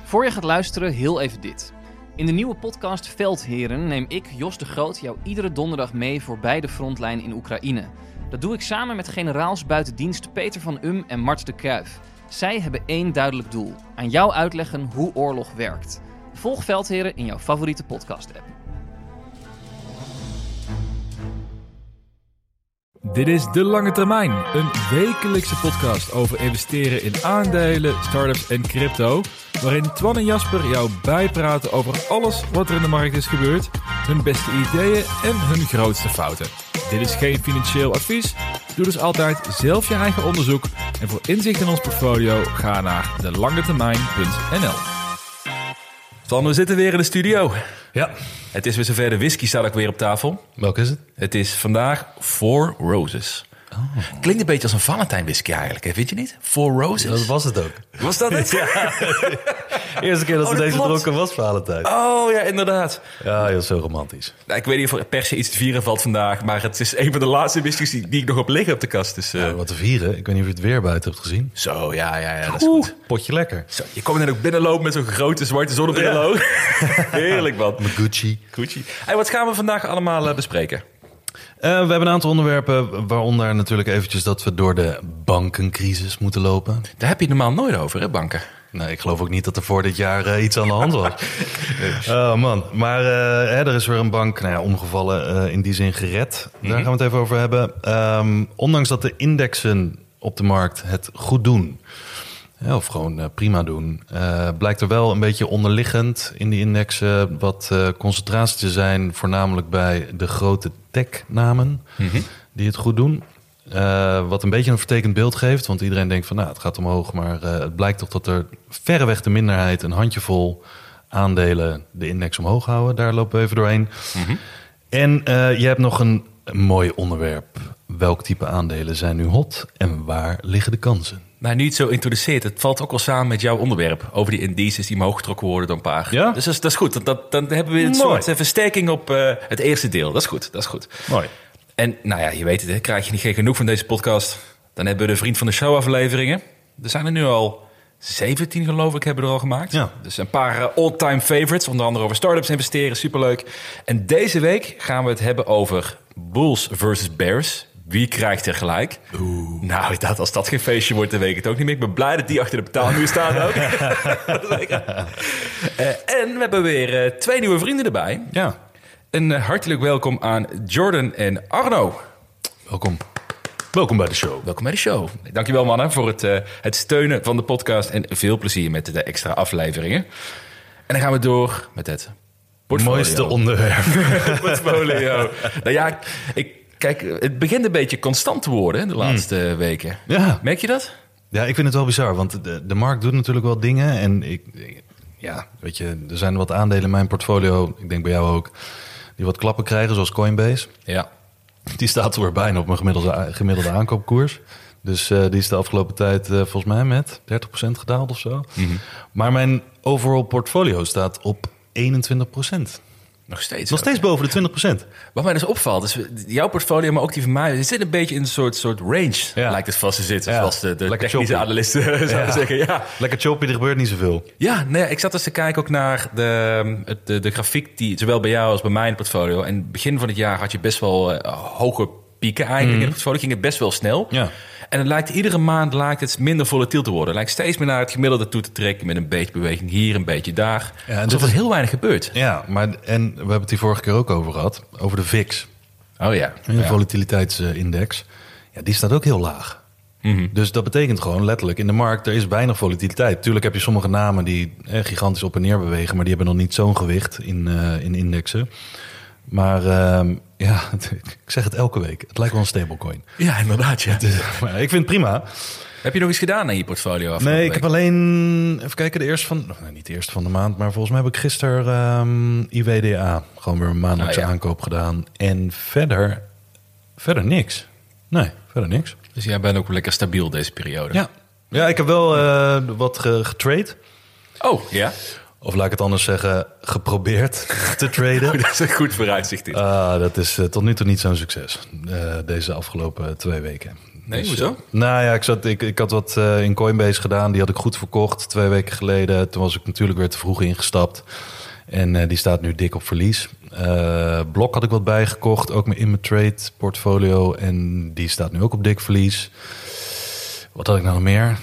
Voor je gaat luisteren, heel even dit. In de nieuwe podcast Veldheren neem ik, Jos de Groot, jou iedere donderdag mee voorbij de frontlijn in Oekraïne. Dat doe ik samen met generaals buiten dienst Peter van en Mart de Kruijf. Zij hebben één duidelijk doel: aan jou uitleggen hoe oorlog werkt. Volg Veldheren in jouw favoriete podcast-app. Dit is De Lange Termijn, een wekelijkse podcast over investeren in aandelen, startups en crypto, waarin Twan en Jasper jou bijpraten over alles wat er in de markt is gebeurd, hun beste ideeën en hun grootste fouten. Dit is geen financieel advies, doe dus altijd zelf je eigen onderzoek en voor inzicht in ons portfolio ga naar delangetermijn.nl. Twan, we zitten weer in de studio. Ja. Het is weer zover, de whisky staat ook weer op tafel. Welke is het? Het is vandaag Four Roses. Oh. Klinkt een beetje als een Valentijn whisky eigenlijk, hè? Vind je niet? Four Roses. Dat was het ook. Was dat het? Ja. Eerste keer dat we deze klopt. dronken was Valentijn. Oh ja, inderdaad. Ja, heel zo romantisch. Nou, ik weet niet of er per se iets te vieren valt vandaag, maar het is een van de laatste whiskies die ik nog op liggen op de kast. Dus, Wat te vieren. Ik weet niet of je het weer buiten hebt gezien. Zo, ja, dat is goed. Potje lekker. Zo, je komt er net ook binnenlopen met zo'n grote zwarte zonnebril. Ja. Heerlijk, man. Met Gucci. Hey, wat gaan we vandaag allemaal bespreken? We hebben een aantal onderwerpen, waaronder natuurlijk eventjes dat we door de bankencrisis moeten lopen. Daar heb je het normaal nooit over, hè, banken? Nee, ik geloof ook niet dat er voor dit jaar iets aan de hand was. Oh man, maar er is weer een bank omgevallen, in die zin gered. Daar gaan we het even over hebben. Ondanks dat de indexen op de markt het goed doen, of gewoon prima doen, blijkt er wel een beetje onderliggend in die indexen wat concentratie te zijn, voornamelijk bij de grote tech-namen die het goed doen. Wat een beetje een vertekend beeld geeft, want iedereen denkt van het gaat omhoog, maar het blijkt toch dat er verreweg de minderheid, een handjevol aandelen, de index omhoog houden. Daar lopen we even doorheen. En je hebt nog een mooi onderwerp. Welk type aandelen zijn nu hot en waar liggen de kansen? Nou, nu het zo introduceert, het valt ook wel samen met jouw onderwerp over die indices die omhoog getrokken worden door een paar. Ja? Dus dat is goed. Dan hebben we een soort versterking op het eerste deel. Dat is goed. Mooi. En nou ja, je weet het, krijg je niet genoeg van deze podcast, dan hebben we de Vriend van de Show afleveringen. Er zijn er nu al 17, geloof ik, hebben we er al gemaakt. Ja. Dus een paar all-time favorites, onder andere over startups investeren, superleuk. En deze week gaan we het hebben over Bulls versus Bears. Wie krijgt er gelijk? Nou, als dat geen feestje wordt, dan weet ik het ook niet meer. Ik ben blij dat die achter de betaalmuur staan ook. En we hebben weer 2 nieuwe vrienden erbij. Ja. Een hartelijk welkom aan Jordan en Arno. Welkom bij de show. Welkom bij de show. Dankjewel mannen voor het steunen van de podcast en veel plezier met de extra afleveringen. En dan gaan we door met het portfolio. Mooiste onderwerp. Portfolio. Nou ja, kijk, het begint een beetje constant te worden de laatste weken. Ja. Merk je dat? Ja, ik vind het wel bizar, want de markt doet natuurlijk wel dingen. En weet je, er zijn wat aandelen in mijn portfolio, ik denk bij jou ook, die wat klappen krijgen, zoals Coinbase. Ja. Die staat er weer bijna op mijn gemiddelde aankoopkoers. Dus die is de afgelopen tijd volgens mij met 30% gedaald of zo. Maar mijn overall portfolio staat op 21%. Nog steeds boven de 20%. Wat mij dus opvalt, is jouw portfolio, maar ook die van mij, zit een beetje in een soort range. Ja. Lijkt het vast te zitten, zoals de technische analisten zouden zeggen. Ja. Lekker choppy, er gebeurt niet zoveel. Ja, ik zat dus te kijken ook naar de grafiek die zowel bij jou als bij mij in het portfolio. En begin van het jaar had je best wel hoge pieken eigenlijk in het portfolio. Ging het best wel snel. Ja. En het lijkt iedere maand het minder volatiel te worden. Het lijkt steeds meer naar het gemiddelde toe te trekken met een beetje beweging hier, een beetje daar. Ja, alsof er heel weinig gebeurt. Ja, we hebben het hier vorige keer ook over gehad. Over de VIX. Oh ja. De volatiliteitsindex. Ja, die staat ook heel laag. Dus dat betekent gewoon letterlijk in de markt, er is weinig volatiliteit. Tuurlijk heb je sommige namen die gigantisch op en neer bewegen, maar die hebben nog niet zo'n gewicht in indexen. Maar ik zeg het elke week. Het lijkt wel een stablecoin. Ja, inderdaad. Ja. Maar ik vind het prima. Heb je nog iets gedaan aan je portfolio? Nee, ik heb alleen... Even kijken, niet de eerste van de maand, maar volgens mij heb ik gisteren IWDA. Gewoon weer een maandelijkse aankoop gedaan. En verder niks. Nee, verder niks. Dus jij bent ook lekker stabiel deze periode? Ja, ik heb wel wat getrade. Oh, ja? Of laat ik het anders zeggen, geprobeerd te traden. Dat is een goed vooruitzicht dit. Dat is tot nu toe niet zo'n succes. Deze afgelopen 2 weken. Nee, Dus, hoezo? Nou ja, ik had wat in Coinbase gedaan. Die had ik goed verkocht 2 weken geleden. Toen was ik natuurlijk weer te vroeg ingestapt. En die staat nu dik op verlies. Blok had ik wat bijgekocht, ook in mijn trade portfolio. En die staat nu ook op dik verlies. Wat had ik nou nog meer?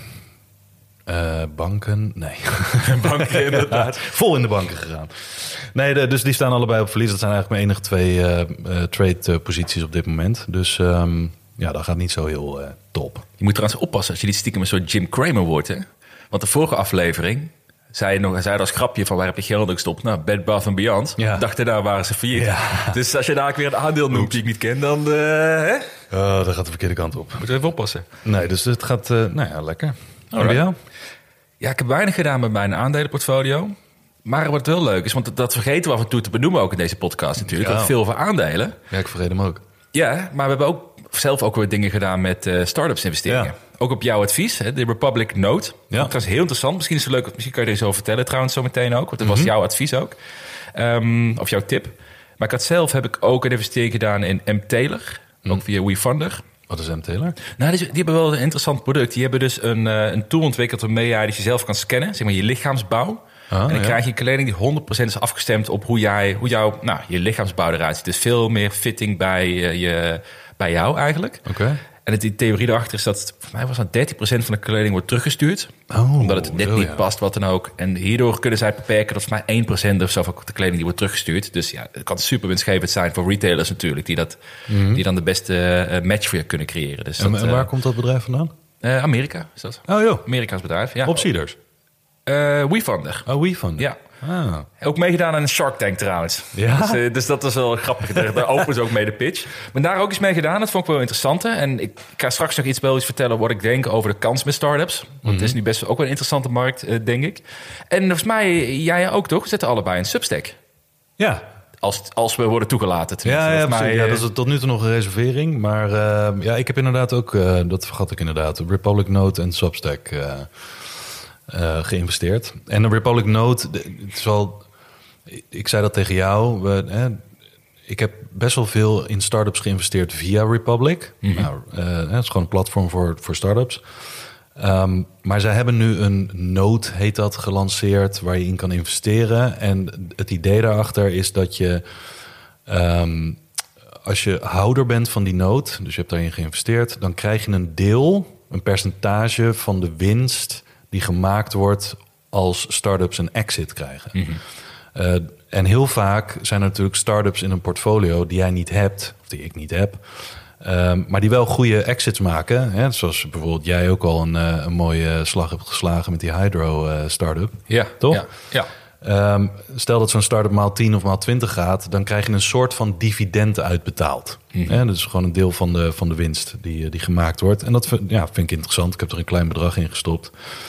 Banken? Nee. Banken inderdaad. Vol in de banken gegaan. Nee, dus die staan allebei op verlies. Dat zijn eigenlijk mijn enige 2 trade posities op dit moment. Dus dat gaat niet zo heel top. Je moet trouwens oppassen als je niet stiekem een soort Jim Cramer wordt. Hè? Want de vorige aflevering zei hij als grapje van waar heb je geld in gestopt? Nou, Bed Bath & Beyond. Ja. Dachten daar waren ze failliet. Ja. Dus als je daar weer een aandeel noemt die ik niet ken, dan Dat gaat de verkeerde kant op. Moeten we even oppassen. Nee, dus het gaat lekker. En bij jou? Ja, ik heb weinig gedaan met mijn aandelenportfolio. Maar wat wel leuk is, want dat vergeten we af en toe te benoemen ook in deze podcast natuurlijk. We hebben veel over aandelen. Ja, ik vergeet hem ook. Ja, maar we hebben ook zelf ook weer dingen gedaan met start-ups investeringen. Ja. Ook op jouw advies, hè, de Republic Note. Ja. Dat is heel interessant. Misschien is het leuk, misschien kan je er eens over vertellen trouwens zo meteen ook. Want dat was jouw advies ook. Of jouw tip. Maar heb ik ook een investering gedaan in M-Taylor. Ook via WeFunder. Wat is M-Taylor? Nou, die hebben wel een interessant product. Die hebben dus een tool ontwikkeld waarmee je jezelf kan scannen. Zeg maar je lichaamsbouw. En dan krijg je een kleding die 100% is afgestemd op hoe je lichaamsbouw eruit ziet. Dus veel meer fitting bij jou eigenlijk. Okay. En de theorie erachter is dat, voor mij was dat 30% van de kleding wordt teruggestuurd. Omdat het net niet past, wat dan ook. En hierdoor kunnen zij beperken dat voor mij 1% of zo van de kleding die wordt teruggestuurd. Dus ja, het kan super winstgevend zijn voor retailers natuurlijk. Die dan de beste match voor je kunnen creëren. Dus en waar komt dat bedrijf vandaan? Amerika is dat. Oh joh. Amerikaans bedrijf, ja. Op Seeders? WeFunder. Oh, WeFunder. Ja. Ah. Ook meegedaan aan een Shark Tank trouwens. Ja? Dus dat was wel grappig. Daar openen ze ook mee de pitch. Maar daar ook eens mee gedaan. Dat vond ik wel interessant. En ik ga straks nog iets vertellen wat ik denk over de kans met startups. Want het is nu best ook wel een interessante markt, denk ik. En volgens mij, jij ook toch? We zetten allebei een Substack. Ja. Als we worden toegelaten. Ja, dat is tot nu toe nog een reservering. Maar ik heb inderdaad ook, dat vergat ik inderdaad, Republic Note en Substack geïnvesteerd. En de Republic Note, het is wel, ik zei dat tegen jou. Ik heb best wel veel in startups geïnvesteerd via Republic. Het is gewoon een platform voor startups. Maar zij hebben nu een Note, heet dat, gelanceerd waar je in kan investeren. En het idee daarachter is dat je, als je houder bent van die Note, dus je hebt daarin geïnvesteerd, dan krijg je een percentage van de winst die gemaakt wordt als startups een exit krijgen. En heel vaak zijn er natuurlijk startups in een portfolio die jij niet hebt, of die ik niet heb, maar die wel goede exits maken. Hè? Zoals bijvoorbeeld jij ook al een mooie slag hebt geslagen met die Hydro startup. Ja, toch? Ja. Stel dat zo'n start-up maal 10 of maal 20 gaat, dan krijg je een soort van dividend uitbetaald. Dat is gewoon een deel van de winst die gemaakt wordt. En dat vind ik interessant. Ik heb er een klein bedrag in gestopt.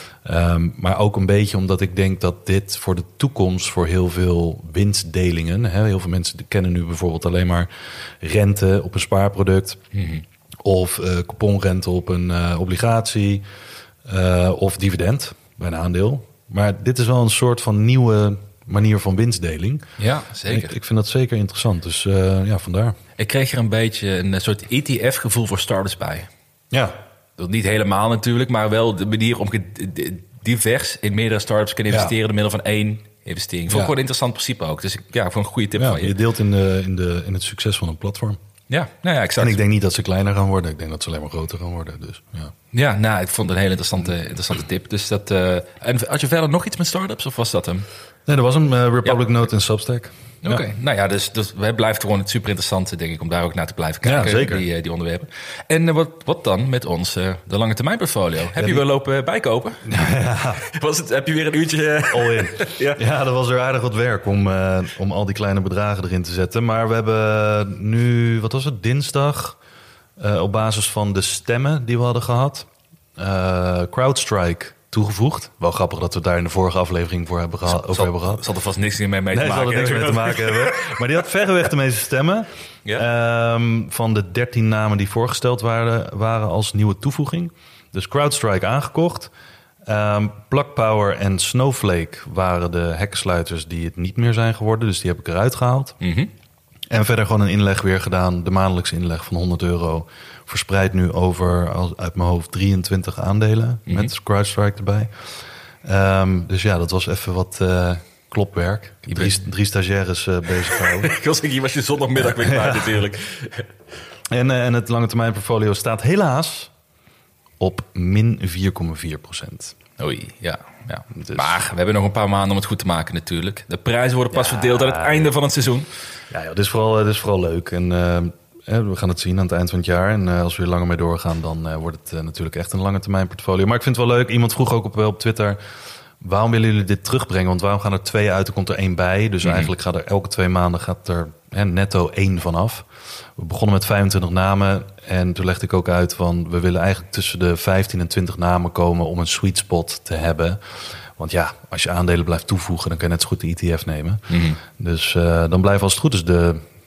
Maar ook een beetje omdat ik denk dat dit voor de toekomst voor heel veel winstdelingen, heel veel mensen kennen nu bijvoorbeeld alleen maar rente op een spaarproduct, of couponrente op een obligatie, of dividend bij een aandeel. Maar dit is wel een soort van nieuwe manier van winstdeling. Ja, zeker. Ik vind dat zeker interessant. Dus vandaar. Ik kreeg er een beetje een soort ETF-gevoel voor startups bij. Ja. Dat niet helemaal natuurlijk, maar wel de manier om divers in meerdere startups kunnen investeren door middel van één investering. Vond ik wel een interessant principe ook. Dus ik vond een goede tip van je. Je deelt in het succes van een platform. Ja, exact. En ik denk niet dat ze kleiner gaan worden. Ik denk dat ze alleen maar groter gaan worden. Dus, ja, ik vond het een hele interessante tip. Dus dat, en had je verder nog iets met startups of was dat hem? Nee, dat was hem. Republic Note en Substack. Oké. Nou ja, dus wij blijft gewoon het super interessant, denk ik, om daar ook naar te blijven kijken. Ja, zeker. Die onderwerpen. En wat dan met ons de lange termijn portfolio? Heb je wel lopen bijkopen? Ja. Heb je weer een uurtje? All in. Ja, dat was er aardig wat werk om al die kleine bedragen erin te zetten. Maar we hebben nu, wat was het, dinsdag, op basis van de stemmen die we hadden gehad, CrowdStrike toegevoegd. Wel grappig dat we het daar in de vorige aflevering over hebben gehad. Zal er vast niks mee te maken hebben. Nee, zal er niks mee te maken hebben. Maar die had verreweg de meeste stemmen. Ja. Van de 13 namen die voorgesteld waren als nieuwe toevoeging. Dus CrowdStrike aangekocht. Plug Power en Snowflake waren de hekkensluiters die het niet meer zijn geworden. Dus die heb ik eruit gehaald. En verder gewoon een inleg weer gedaan. De maandelijkse inleg van €100. Verspreid nu over, uit mijn hoofd, 23 aandelen. Met CrowdStrike erbij. Dus ja, dat was even wat klopwerk. Drie stagiaires bezig gehouden. Ik wil zeggen, hier was je zondagmiddag weer kwijt natuurlijk. En het lange termijn portfolio staat helaas op min 4,4%. Oei, ja. Dus... Maar we hebben nog een paar maanden om het goed te maken natuurlijk. De prijzen worden pas verdeeld aan het einde van het seizoen. Ja, dit is vooral leuk. En we gaan het zien aan het eind van het jaar. En als we weer langer mee doorgaan, dan wordt het natuurlijk echt een lange termijn portfolio. Maar ik vind het wel leuk. Iemand vroeg ook op Twitter, waarom willen jullie dit terugbrengen? Want waarom gaan er 2 uit, er komt er 1 bij. Dus eigenlijk gaat er elke 2 maanden netto 1 vanaf. We begonnen met 25 namen. En toen legde ik ook uit van, we willen eigenlijk tussen de 15 en 20 namen komen om een sweet spot te hebben. Want ja, als je aandelen blijft toevoegen, dan kan je net zo goed de ETF nemen. Dus dan blijven als het goed is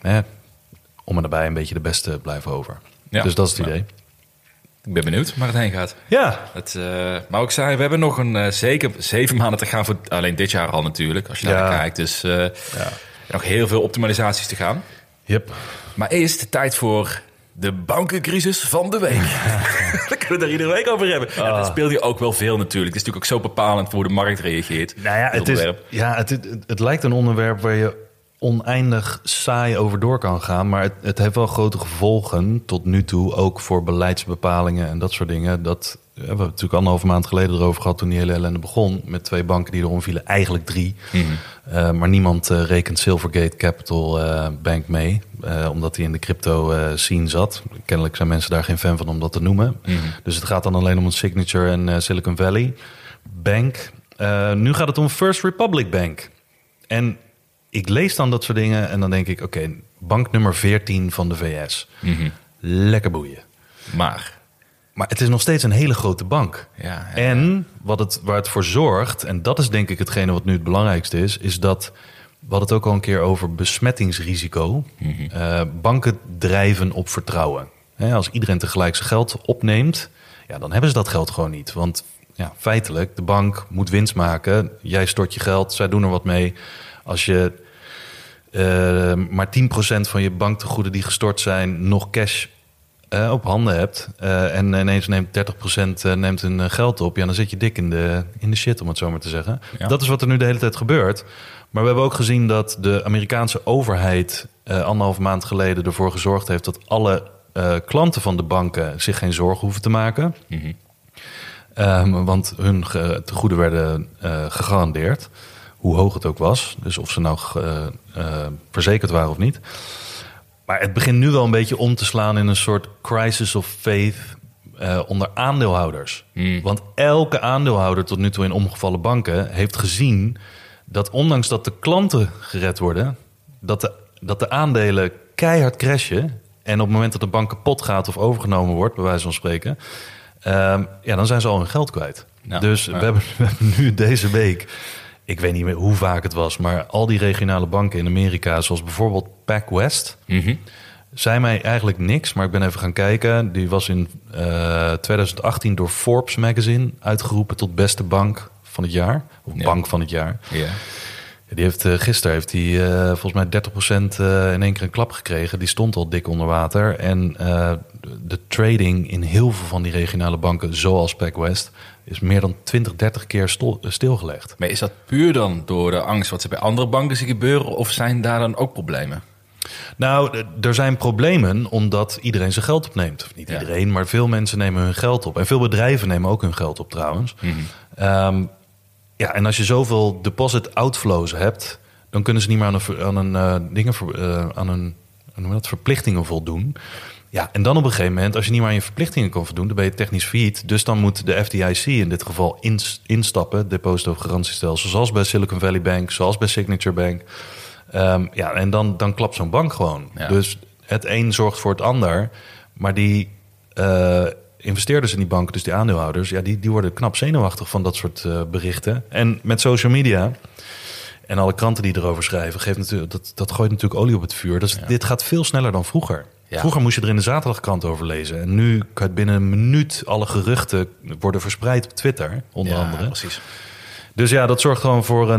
om en nabij een beetje de beste blijven over. Ja, dus dat is het idee. Ik ben benieuwd waar het heen gaat. Ja. Maar ook zei, we hebben nog zeker 7 maanden te gaan voor alleen dit jaar al natuurlijk. Als je naar kijkt. Dus nog heel veel optimalisaties te gaan. Yep. Maar eerst de tijd voor de bankencrisis van de week. Daar kunnen we daar iedere week over hebben. Ja, dat speelt hier ook wel veel natuurlijk. Het is natuurlijk ook zo bepalend voor hoe de markt reageert. Nou ja, het lijkt een onderwerp waar je oneindig saai over door kan gaan. Maar het heeft wel grote gevolgen tot nu toe. Ook voor beleidsbepalingen en dat soort dingen. Dat we hebben natuurlijk 1,5 maand geleden erover gehad toen die hele ellende begon. Met 2 banken die erom vielen. Eigenlijk 3. Maar niemand rekent Silvergate Capital Bank mee. Omdat hij in de crypto scene zat. Kennelijk zijn mensen daar geen fan van om dat te noemen. Dus het gaat dan alleen om een Signature en Silicon Valley Bank. Nu gaat het om First Republic Bank. En ik lees dan dat soort dingen en dan denk ik, oké, bank nummer 14 van de VS. Lekker boeien. Maar het is nog steeds een hele grote bank. Ja. En waar het voor zorgt, en dat is denk ik hetgene wat nu het belangrijkste is dat, we hadden het ook al een keer over besmettingsrisico. Banken drijven op vertrouwen. Als iedereen tegelijk zijn geld opneemt, dan hebben ze dat geld gewoon niet. Want feitelijk, de bank moet winst maken. Jij stort je geld, zij doen er wat mee. Als je maar 10% van je banktegoeden die gestort zijn nog cash op handen hebt en ineens neemt 30% neemt hun geld op, dan zit je dik in de shit, om het zo maar te zeggen. Ja. Dat is wat er nu de hele tijd gebeurt. Maar we hebben ook gezien dat de Amerikaanse overheid 1,5 maand geleden ervoor gezorgd heeft dat alle klanten van de banken zich geen zorgen hoeven te maken. Want hun tegoeden werden gegarandeerd. Hoe hoog het ook was. Dus of ze nou verzekerd waren of niet. Maar het begint nu wel een beetje om te slaan in een soort crisis of faith onder aandeelhouders. Want elke aandeelhouder tot nu toe in omgevallen banken heeft gezien dat ondanks dat de klanten gered worden, dat de aandelen keihard crashen. En op het moment dat de bank kapot gaat of overgenomen wordt, bij wijze van spreken, dan zijn ze al hun geld kwijt. Ja, dus we hebben nu deze week, ik weet niet meer hoe vaak het was, maar al die regionale banken in Amerika, zoals bijvoorbeeld PacWest, zei mij eigenlijk niks. Maar ik ben even gaan kijken. Die was in 2018 door Forbes Magazine uitgeroepen tot beste bank van het jaar. Of bank van het jaar. Yeah. Die heeft gisteren volgens mij 30% in één keer een klap gekregen. Die stond al dik onder water. En de trading in heel veel van die regionale banken, zoals PacWest, is meer dan 20-30 keer stilgelegd. Maar is dat puur dan door de angst wat er bij andere banken zien gebeuren, of zijn daar dan ook problemen? Nou, er zijn problemen omdat iedereen zijn geld opneemt. Of niet iedereen, maar veel mensen nemen hun geld op. En veel bedrijven nemen ook hun geld op trouwens. En als je zoveel deposit outflows hebt, dan kunnen ze niet meer aan verplichtingen voldoen. Ja, en dan op een gegeven moment, als je niet meer aan je verplichtingen kan voldoen, dan ben je technisch failliet. Dus dan moet de FDIC in dit geval instappen, depositogarantiestelsel, zoals bij Silicon Valley Bank, zoals bij Signature Bank. En dan klapt zo'n bank gewoon. Ja. Dus het een zorgt voor het ander. Maar die investeerders in die banken, dus die aandeelhouders, die worden knap zenuwachtig van dat soort berichten. En met social media en alle kranten die erover schrijven, dat gooit natuurlijk olie op het vuur. Dus dit gaat veel sneller dan vroeger. Ja. Vroeger moest je er in de zaterdagkrant over lezen. En nu kan je binnen een minuut alle geruchten worden verspreid op Twitter, onder andere. Precies. Dus ja, dat zorgt gewoon voor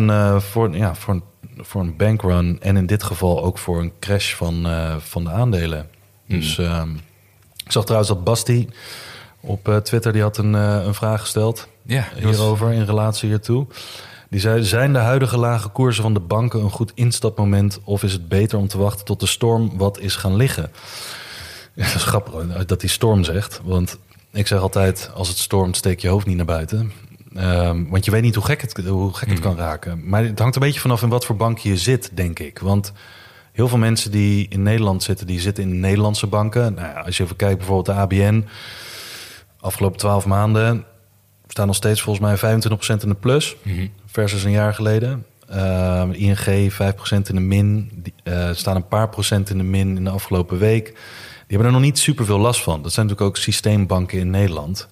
een bankrun. En in dit geval ook voor een crash van de aandelen. Dus ik zag trouwens dat Basti op Twitter, die had een vraag gesteld hierover in relatie hiertoe. Die zei, zijn de huidige lage koersen van de banken een goed instapmoment, of is het beter om te wachten tot de storm wat is gaan liggen? Ja, dat is grappig dat die storm zegt. Want ik zeg altijd, als het stormt, steek je hoofd niet naar buiten. Want je weet niet hoe gek het kan raken. Maar het hangt een beetje vanaf in wat voor bank je zit, denk ik. Want heel veel mensen die in Nederland zitten, die zitten in Nederlandse banken. Nou ja, als je even kijkt, bijvoorbeeld de ABN, afgelopen 12 maanden staan nog steeds volgens mij 25% in de plus, versus een jaar geleden. ING 5% in de min, staan een paar procent in de min in de afgelopen week. Die hebben er nog niet super veel last van. Dat zijn natuurlijk ook systeembanken in Nederland.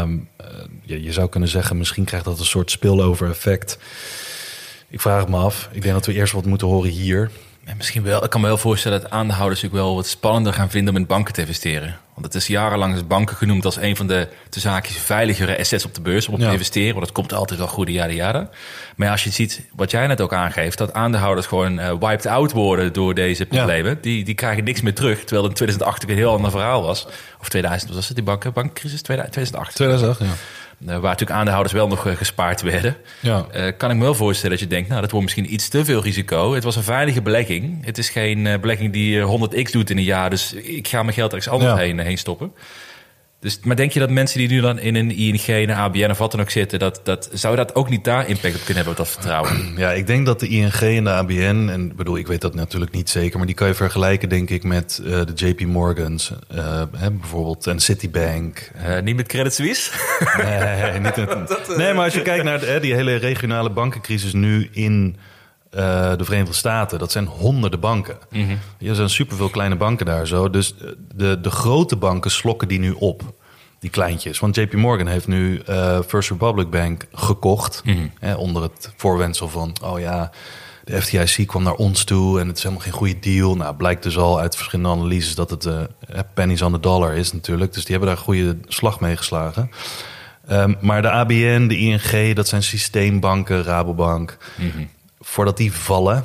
Je zou kunnen zeggen, misschien krijgt dat een soort spillover effect. Ik vraag het me af. Ik denk dat we eerst wat moeten horen hier. Ja, misschien wel. Ik kan me wel voorstellen dat aandeelhouders ook wel wat spannender gaan vinden om in banken te investeren. Want het is jarenlang is banken genoemd als een van de tussen haakjes veiligere assets op de beurs om op te investeren. Want dat komt altijd wel goede jaren. Maar ja, als je ziet, wat jij net ook aangeeft, dat aandeelhouders gewoon wiped out worden door deze problemen. Ja. Die krijgen niks meer terug. Terwijl in 2008 een heel ander verhaal was. Of 2000 was het, die bankcrisis? 2008. 2008, ja. Waar natuurlijk aandeelhouders wel nog gespaard werden. Ja. Kan ik me wel voorstellen dat je denkt, nou, dat wordt misschien iets te veel risico. Het was een veilige belegging. Het is geen belegging die 100x doet in een jaar. Dus ik ga mijn geld ergens anders heen stoppen. Dus, maar denk je dat mensen die nu dan in een ING, een ABN of wat dan ook zitten, zou dat ook niet daar impact op kunnen hebben op dat vertrouwen? Ja, ik denk dat de ING en de ABN, en ik weet dat natuurlijk niet zeker, maar die kan je vergelijken, denk ik, met de JP Morgans, bijvoorbeeld, en Citibank. Niet met Credit Suisse? Nee, niet nee, maar als je kijkt naar die hele regionale bankencrisis nu in de Verenigde Staten, dat zijn honderden banken. Er zijn superveel kleine banken daar zo. Dus de grote banken slokken die nu op, die kleintjes. Want JP Morgan heeft nu First Republic Bank gekocht, onder het voorwendsel van, de FDIC kwam naar ons toe en het is helemaal geen goede deal. Nou, blijkt dus al uit verschillende analyses dat het pennies on the dollar is natuurlijk. Dus die hebben daar een goede slag mee geslagen. Maar de ABN, de ING, dat zijn systeembanken, Rabobank. Voordat die vallen,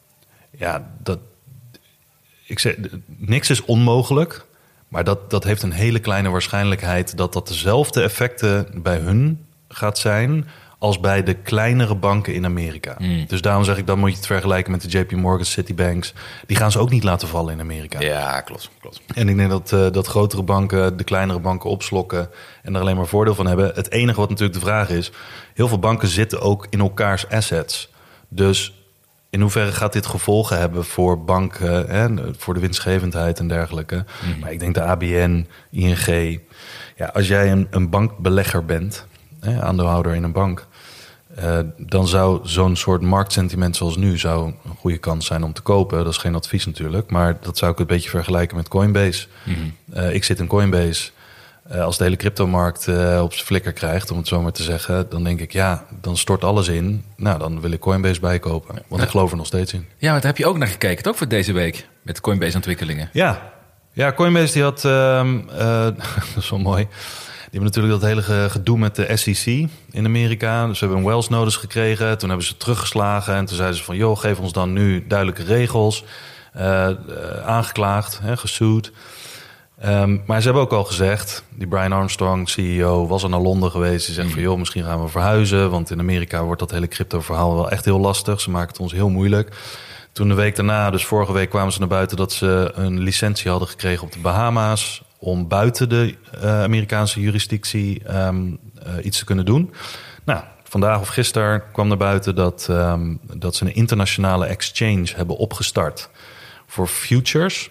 niks is onmogelijk. Maar dat heeft een hele kleine waarschijnlijkheid dat dezelfde effecten bij hun gaat zijn als bij de kleinere banken in Amerika. Dus daarom zeg ik, dan moet je het vergelijken met de JP Morgan, Citibanks. Die gaan ze ook niet laten vallen in Amerika. Ja, klopt. En ik denk dat grotere banken de kleinere banken opslokken en er alleen maar voordeel van hebben. Het enige wat natuurlijk de vraag is, heel veel banken zitten ook in elkaars assets. Dus in hoeverre gaat dit gevolgen hebben voor banken, voor de winstgevendheid en dergelijke. Maar ik denk de ABN, ING. Ja, als jij een bankbelegger bent, aandeelhouder in een bank, dan zou zo'n soort marktsentiment zoals nu zou een goede kans zijn om te kopen. Dat is geen advies natuurlijk, maar dat zou ik een beetje vergelijken met Coinbase. Ik zit in Coinbase. Als de hele cryptomarkt op zijn flikker krijgt, om het zo maar te zeggen, dan denk ik, dan stort alles in. Nou, dan wil ik Coinbase bijkopen, want ik geloof er nog steeds in. Ja, maar daar heb je ook naar gekeken, toch, voor deze week, met Coinbase-ontwikkelingen? Ja, Coinbase die had, dat is wel mooi, die hebben natuurlijk dat hele gedoe met de SEC in Amerika. Dus ze hebben een Wells notice gekregen, toen hebben ze teruggeslagen en toen zeiden ze van, geef ons dan nu duidelijke regels, aangeklaagd, gesued. Maar ze hebben ook al gezegd, die Brian Armstrong, CEO, was al naar Londen geweest. Die zegt van, misschien gaan we verhuizen. Want in Amerika wordt dat hele crypto-verhaal wel echt heel lastig. Ze maken het ons heel moeilijk. Toen de week daarna, dus vorige week, kwamen ze naar buiten dat ze een licentie hadden gekregen op de Bahama's om buiten de Amerikaanse jurisdictie iets te kunnen doen. Nou, vandaag of gisteren kwam naar buiten dat ze een internationale exchange hebben opgestart voor futures.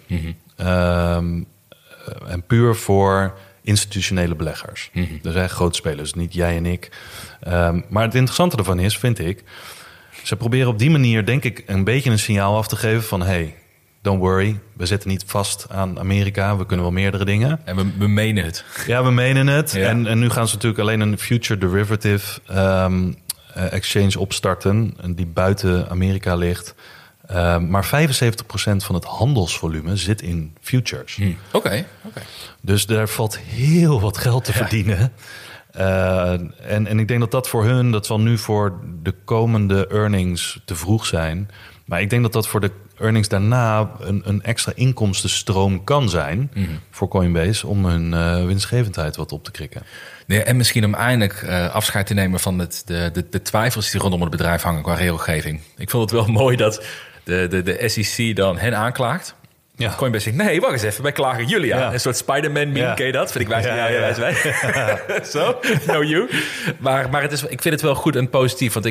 En puur voor institutionele beleggers. Dus echt grote spelers, niet jij en ik. Maar het interessante ervan is, vind ik, ze proberen op die manier, denk ik, een beetje een signaal af te geven van, hey, don't worry, we zitten niet vast aan Amerika, we kunnen wel meerdere dingen. En we menen het. Ja, we menen het. Ja. En nu gaan ze natuurlijk alleen een future derivative exchange opstarten, die buiten Amerika ligt. Maar 75% van het handelsvolume zit in futures. Oké. Dus daar valt heel wat geld te verdienen. En ik denk dat dat voor hun, dat zal nu voor de komende earnings te vroeg zijn. Maar ik denk dat dat voor de earnings daarna een extra inkomstenstroom kan zijn voor Coinbase om hun winstgevendheid wat op te krikken. Nee, en misschien om eindelijk afscheid te nemen van de twijfels die rondom het bedrijf hangen qua regelgeving. Ik vond het wel mooi dat de SEC dan hen aanklaagt. Ja. Coinbase zegt, nee, wacht eens even, wij klagen jullie aan. Ja. Een soort Spider-Man meme, ken je dat? Vind ik wijs wij. Zo, no you. Maar ik vind het wel goed en positief, want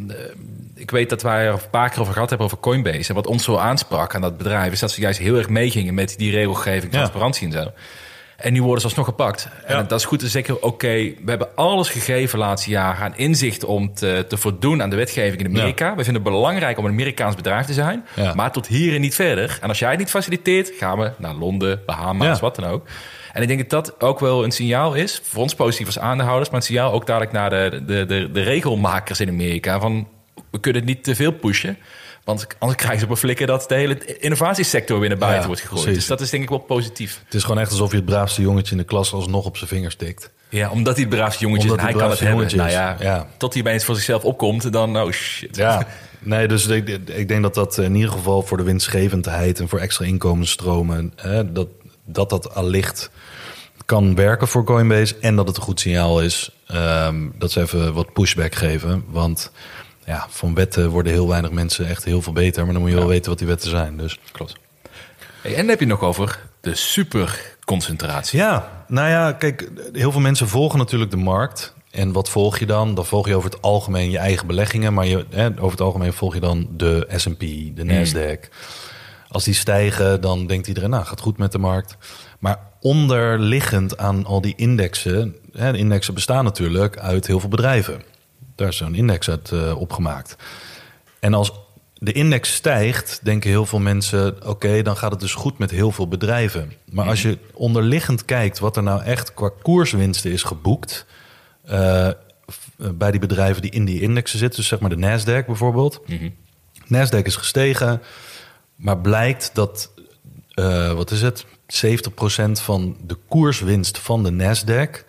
ik weet dat wij er een paar keer over gehad hebben over Coinbase. En wat ons zo aansprak aan dat bedrijf is dat ze juist heel erg meegingen met die regelgeving, transparantie en zo. En nu worden ze alsnog gepakt. Ja. En dat is goed te zeggen, oké, we hebben alles gegeven de laatste jaren aan inzicht om te voldoen aan de wetgeving in Amerika. Ja. We vinden het belangrijk om een Amerikaans bedrijf te zijn, maar tot hier en niet verder. En als jij het niet faciliteert, gaan we naar Londen, Bahama's, wat dan ook. En ik denk dat dat ook wel een signaal is, voor ons positief als aandeelhouders, maar een signaal ook dadelijk naar de regelmakers in Amerika van we kunnen het niet te veel pushen. Want anders krijgen ze op een flikker dat de hele innovatiesector weer naar buiten wordt gegooid. Precies. Dus dat is denk ik wel positief. Het is gewoon echt alsof je het braafste jongetje in de klas alsnog op zijn vingers tikt. Ja, omdat hij het braafste jongetje is en hij kan het hebben. Nou ja, tot hij bij eens voor zichzelf opkomt, dan oh shit. Ja, nee, dus ik denk dat dat in ieder geval voor de winstgevendheid en voor extra inkomensstromen, dat allicht kan werken voor Coinbase en dat het een goed signaal is dat ze even wat pushback geven. Want ja, van wetten worden heel weinig mensen echt heel veel beter. Maar dan moet je wel weten wat die wetten zijn. Dus. Klopt. Hey, en dan heb je nog over de superconcentratie. Ja, nou ja, kijk, heel veel mensen volgen natuurlijk de markt. En wat volg je dan? Dan volg je over het algemeen je eigen beleggingen. Maar over het algemeen volg je dan de S&P, de Nasdaq. Als die stijgen, dan denkt iedereen, nou, gaat goed met de markt. Maar onderliggend aan al die indexen, de indexen bestaan natuurlijk uit heel veel bedrijven. Daar is zo'n index uit opgemaakt. En als de index stijgt, denken heel veel mensen, oké, dan gaat het dus goed met heel veel bedrijven. Maar als je onderliggend kijkt wat er nou echt qua koerswinsten is geboekt bij die bedrijven die in die indexen zitten, dus zeg maar de Nasdaq bijvoorbeeld. Nasdaq is gestegen, maar blijkt dat, 70% van de koerswinst van de Nasdaq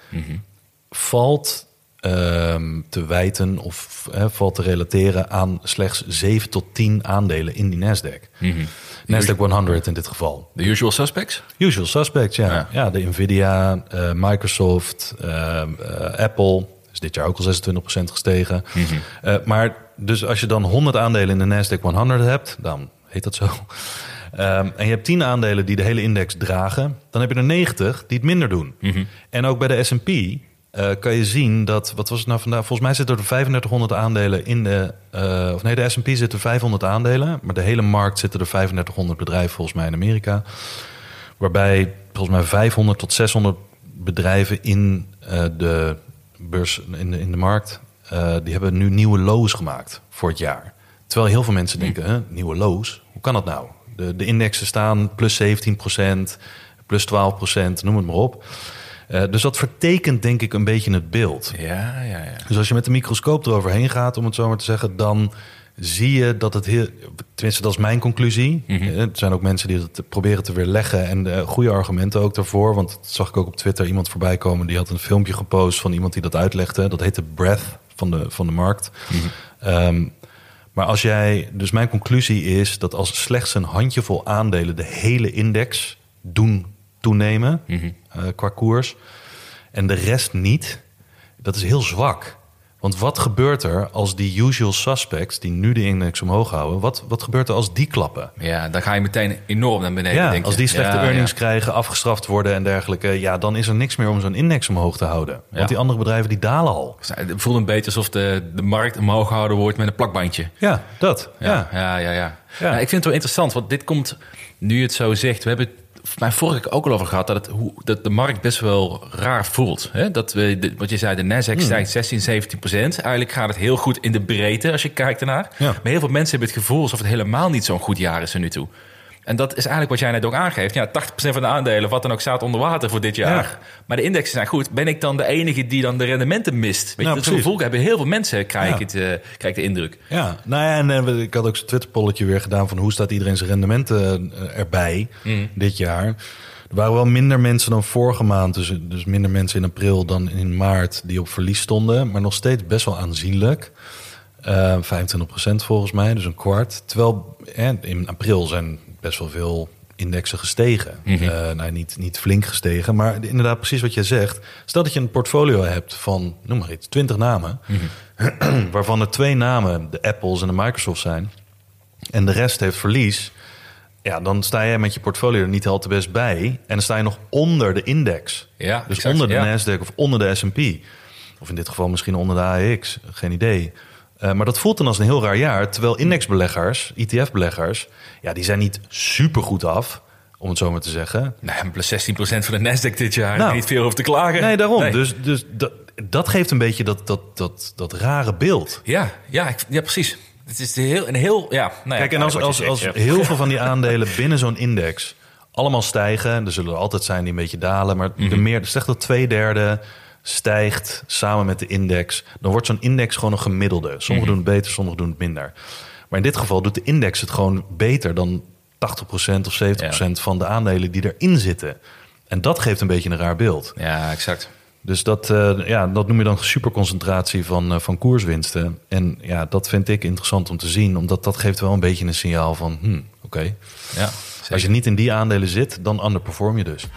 valt te wijten of valt te relateren aan slechts 7 tot 10 aandelen in die Nasdaq. Nasdaq 100 in dit geval. De usual suspects? Usual suspects, ja. Ja, de Nvidia, Microsoft, Apple is dit jaar ook al 26% gestegen. Maar dus als je dan 100 aandelen in de Nasdaq 100 hebt, dan heet dat zo. En je hebt 10 aandelen die de hele index dragen, dan heb je er 90 die het minder doen. En ook bij de S&P kan je zien dat, wat was het nou vandaag? Volgens mij zitten er 3500 aandelen in de de S&P zitten 500 aandelen, maar de hele markt zitten er 3500 bedrijven volgens mij in Amerika. Waarbij volgens mij 500 tot 600 bedrijven in de beurs, in de markt, die hebben nu nieuwe lows gemaakt voor het jaar. Terwijl heel veel mensen denken, nieuwe lows, hoe kan dat nou? De indexen staan plus 17%, plus 12%, noem het maar op. Dus dat vertekent denk ik een beetje het beeld. Ja. Dus als je met de microscoop eroverheen gaat, om het zo maar te zeggen, dan zie je dat het heel... Tenminste, dat is mijn conclusie. Er zijn ook mensen die het proberen te weerleggen en goede argumenten ook daarvoor. Want dat zag ik ook op Twitter iemand voorbij komen. Die had een filmpje gepost van iemand die dat uitlegde. Dat heette Breath van de markt. Maar als jij... Dus mijn conclusie is dat als slechts een handjevol aandelen de hele index doen toenemen qua koers en de rest niet, dat is heel zwak. Want wat gebeurt er als die usual suspects die nu de index omhoog houden, wat gebeurt er als die klappen? Ja, dan ga je meteen enorm naar beneden, denk ik. Als die slechte earnings krijgen, afgestraft worden en dergelijke, dan is er niks meer om zo'n index omhoog te houden. Want die andere bedrijven die dalen al. Het voelt een beetje alsof de markt omhoog gehouden wordt met een plakbandje. Ja, dat. Ja. Nou, ik vind het wel interessant, want dit komt, nu je het zo zegt, we hebben mij vorige keer ook al over gehad dat de markt best wel raar voelt. Hè? Dat wat je zei, de Nasdaq stijgt 16-17%. Eigenlijk gaat het heel goed in de breedte als je kijkt ernaar. Ja. Maar heel veel mensen hebben het gevoel alsof het helemaal niet zo'n goed jaar is er nu toe. En dat is eigenlijk wat jij net ook aangeeft. Ja, 80% van de aandelen, wat dan ook, staat onder water voor dit jaar. Ja. Maar de indexen zijn goed. Ben ik dan de enige die dan de rendementen mist? Weet je, dat gevoel hebben heel veel mensen, krijg ik de indruk. Ja, nou ja, en ik had ook zo'n Twitter-polletje weer gedaan van hoe staat iedereen zijn rendementen erbij dit jaar. Er waren wel minder mensen dan vorige maand. Dus minder mensen in april dan in maart die op verlies stonden. Maar nog steeds best wel aanzienlijk. 25% volgens mij, dus een kwart. Terwijl in april zijn best wel veel indexen gestegen. Niet flink gestegen, maar inderdaad precies wat jij zegt. Stel dat je een portfolio hebt van, noem maar iets, 20 namen. Waarvan er 2 namen de Apples en de Microsoft zijn. En de rest heeft verlies. Ja, dan sta jij met je portfolio er niet al te best bij. En dan sta je nog onder de index. Ja, dus exact, onder de Nasdaq of onder de S&P. Of in dit geval misschien onder de AEX. Geen idee. Maar dat voelt dan als een heel raar jaar. Terwijl indexbeleggers, ETF-beleggers... ja, die zijn niet super goed af, om het zo maar te zeggen. Nee, plus 16% van de Nasdaq dit jaar. Nou, niet veel over te klagen. Nee, daarom. Nee. Dus dat geeft een beetje dat rare beeld. Ja, precies. Het is een heel... Ja, nou ja, kijk, en als heel veel van die aandelen binnen zo'n index allemaal stijgen... er zullen er altijd zijn die een beetje dalen... maar zeg dat 2/3 stijgt samen met de index... dan wordt zo'n index gewoon een gemiddelde. Sommigen doen het beter, sommigen doen het minder. Maar in dit geval doet de index het gewoon beter... dan 80% of 70% van de aandelen die erin zitten. En dat geeft een beetje een raar beeld. Ja, exact. Dus dat noem je dan superconcentratie van koerswinsten. En ja, dat vind ik interessant om te zien... omdat dat geeft wel een beetje een signaal van... oké. Ja, als je niet in die aandelen zit, dan underperform je dus.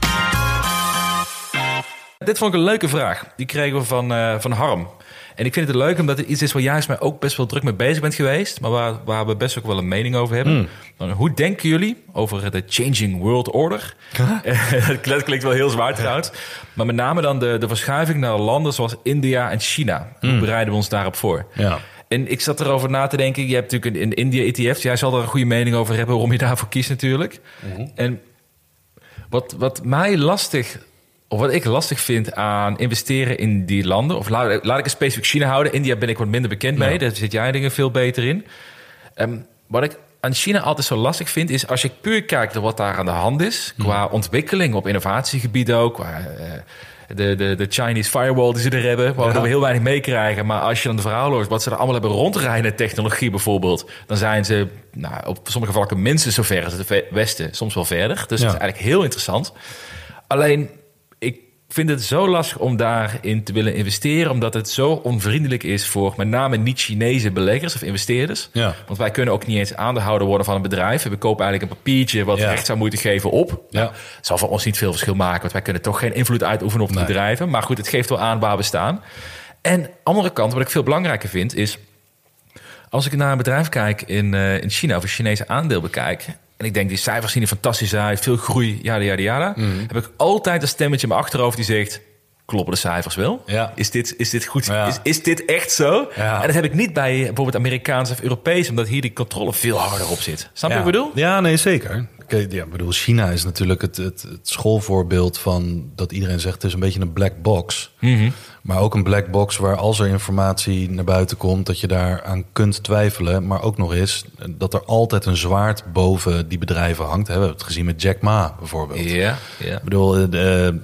Dit vond ik een leuke vraag. Die kregen we van Harm. En ik vind het leuk omdat het iets is waar jij mij ook best wel druk mee bezig bent geweest. Maar waar we best ook wel een mening over hebben. Hoe denken jullie over de changing world order? Dat klinkt wel heel zwaar trouwens. Maar met name dan de verschuiving naar landen zoals India en China. Hoe bereiden we ons daarop voor? Ja. En ik zat erover na te denken. Je hebt natuurlijk een India ETF. Jij zal er een goede mening over hebben waarom je daarvoor kiest natuurlijk. En wat mij lastig... Of wat ik lastig vind aan investeren in die landen... of laat ik het specifiek China houden. India ben ik wat minder bekend mee. Daar zit jij dingen veel beter in. Wat ik aan China altijd zo lastig vind... is als je puur kijkt naar wat daar aan de hand is... qua ontwikkeling op innovatiegebied ook... qua de Chinese firewall die ze er hebben... waar we heel weinig meekrijgen. Maar als je dan de verhaal hoort... wat ze er allemaal hebben rondrijden... technologie bijvoorbeeld... dan zijn ze op sommige vlakken minstens zo ver als het Westen. Soms wel verder. Dus dat is eigenlijk heel interessant. Alleen... Ik vind het zo lastig om daarin te willen investeren... omdat het zo onvriendelijk is voor met name niet-Chinese beleggers of investeerders. Ja. Want wij kunnen ook niet eens aandeelhouder worden van een bedrijf. We kopen eigenlijk een papiertje wat recht zou moeten geven op. Ja. Het zal voor ons niet veel verschil maken... want wij kunnen toch geen invloed uitoefenen op de bedrijven. Maar goed, het geeft wel aan waar we staan. En aan de andere kant, wat ik veel belangrijker vind, is... als ik naar een bedrijf kijk in China of een Chinese aandeel bekijk... en ik denk, die cijfers zien er fantastisch uit, veel groei, jada. Heb ik altijd een stemmetje in mijn achterhoofd die zegt... kloppen de cijfers wel? Ja. Is dit goed? Ja. Is dit echt zo? Ja. En dat heb ik niet bij bijvoorbeeld Amerikaans of Europees... omdat hier die controle veel harder op zit. Snap je wat ik bedoel? Ja, nee, zeker. Ja, bedoel, China is natuurlijk het schoolvoorbeeld van... dat iedereen zegt, het is een beetje een black box... Maar ook een black box waar als er informatie naar buiten komt... dat je daaraan kunt twijfelen. Maar ook nog eens dat er altijd een zwaard boven die bedrijven hangt. We hebben het gezien met Jack Ma bijvoorbeeld. Ja. Ik bedoel, de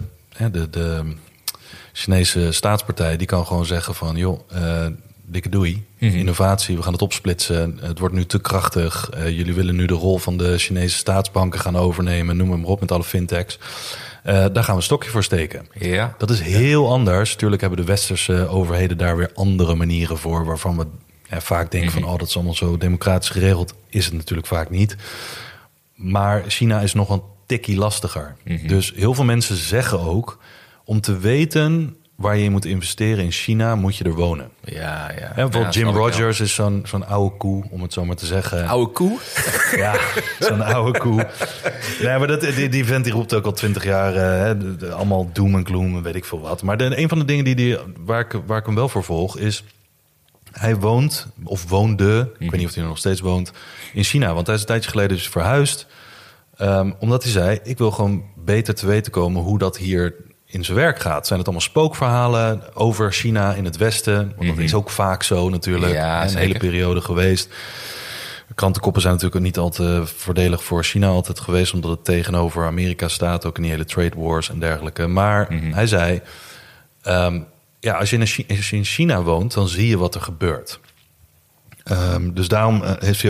Chinese staatspartij die kan gewoon zeggen van... joh, dikke doei, innovatie, we gaan het opsplitsen. Het wordt nu te krachtig. Jullie willen nu de rol van de Chinese staatsbanken gaan overnemen. Noem maar op met alle fintechs. Daar gaan we een stokje voor steken. Ja. Dat is heel anders. Tuurlijk hebben de westerse overheden daar weer andere manieren voor... waarvan we vaak denken van... dat is allemaal zo democratisch geregeld. Is het natuurlijk vaak niet. Maar China is nog een tikkie lastiger. Dus heel veel mensen zeggen ook... om te weten waar je moet investeren in China... moet je er wonen. Ja. Bijvoorbeeld Jim Rogers is zo'n oude koe, om het zo maar te zeggen. Oude koe? Ja, zo'n oude koe. Nee, maar die vent die roept ook al 20 jaar... allemaal doom en gloom, weet ik veel wat. Maar een van de dingen waar ik hem wel voor volg is... hij woonde, ik weet niet of hij nog steeds woont... in China, want hij is een tijdje geleden dus verhuisd... omdat hij zei, ik wil gewoon beter te weten komen... hoe dat hier in zijn werk gaat. Zijn het allemaal spookverhalen over China in het Westen? Want dat is ook vaak zo natuurlijk. Ja, een hele periode geweest. Krantenkoppen zijn natuurlijk niet al te voordelig voor China altijd geweest... omdat het tegenover Amerika staat, ook in die hele trade wars en dergelijke. Maar hij zei, als je in China woont, dan zie je wat er gebeurt. Dus daarom heeft hij ook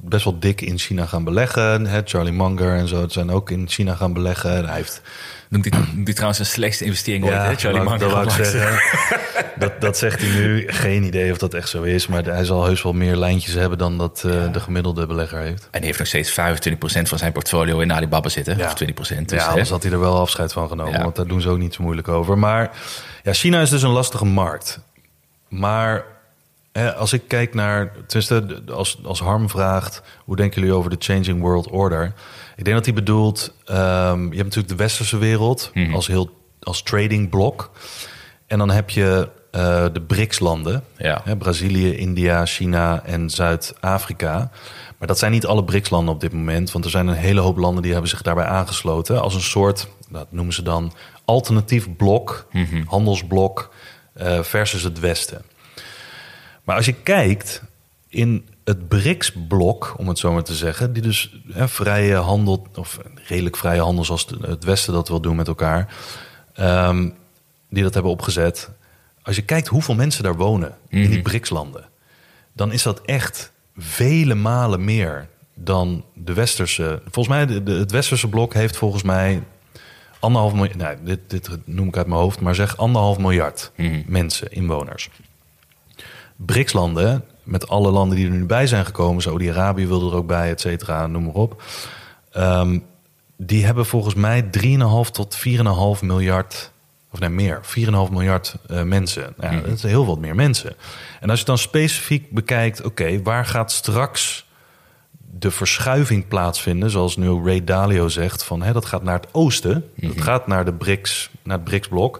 best wel dik in China gaan beleggen. Hè, Charlie Munger en zo zijn ook in China gaan beleggen. Hij heeft... Noemt hij trouwens een slechtste investering ooit, hè? Charlie Munger. Dat wou ik zeggen. dat zegt hij nu. Geen idee of dat echt zo is. Maar hij zal heus wel meer lijntjes hebben dan dat de gemiddelde belegger heeft. En hij heeft nog steeds 25% van zijn portfolio in Alibaba zitten. Of 20%. Dus, anders had hij er wel afscheid van genomen. Ja. Want daar doen ze ook niet zo moeilijk over. Maar ja, China is dus een lastige markt. Maar als ik kijk naar... Tenminste, als Harm vraagt... Hoe denken jullie over de changing world order? Ik denk dat hij bedoelt... je hebt natuurlijk de westerse wereld... als trading blok. En dan heb je de BRICS-landen. Ja. Brazilië, India, China en Zuid-Afrika. Maar dat zijn niet alle BRICS-landen op dit moment. Want er zijn een hele hoop landen die hebben zich daarbij aangesloten. Als een soort, dat noemen ze dan... alternatief blok, handelsblok... versus het Westen. Maar als je kijkt in het BRICS-blok, om het zo maar te zeggen... die dus vrije handel, of redelijk vrije handel... zoals het Westen dat wil doen met elkaar... die dat hebben opgezet. Als je kijkt hoeveel mensen daar wonen in die BRICS-landen... dan is dat echt vele malen meer dan de westerse... Volgens mij, het westerse blok heeft volgens mij... 1,5 miljard, nee, dit noem ik uit mijn hoofd... maar zeg 1,5 miljard mensen, inwoners. BRICS-landen, met alle landen die er nu bij zijn gekomen... Saudi-Arabië wilde er ook bij, et cetera, noem maar op... die hebben volgens mij 3,5 tot 4,5 miljard... of nee, meer, 4,5 miljard mensen. Nou, dat is heel wat meer mensen. En als je dan specifiek bekijkt... oké, waar gaat straks de verschuiving plaatsvinden... zoals nu Ray Dalio zegt... van dat gaat naar het oosten. Dat gaat naar het BRICS-blok...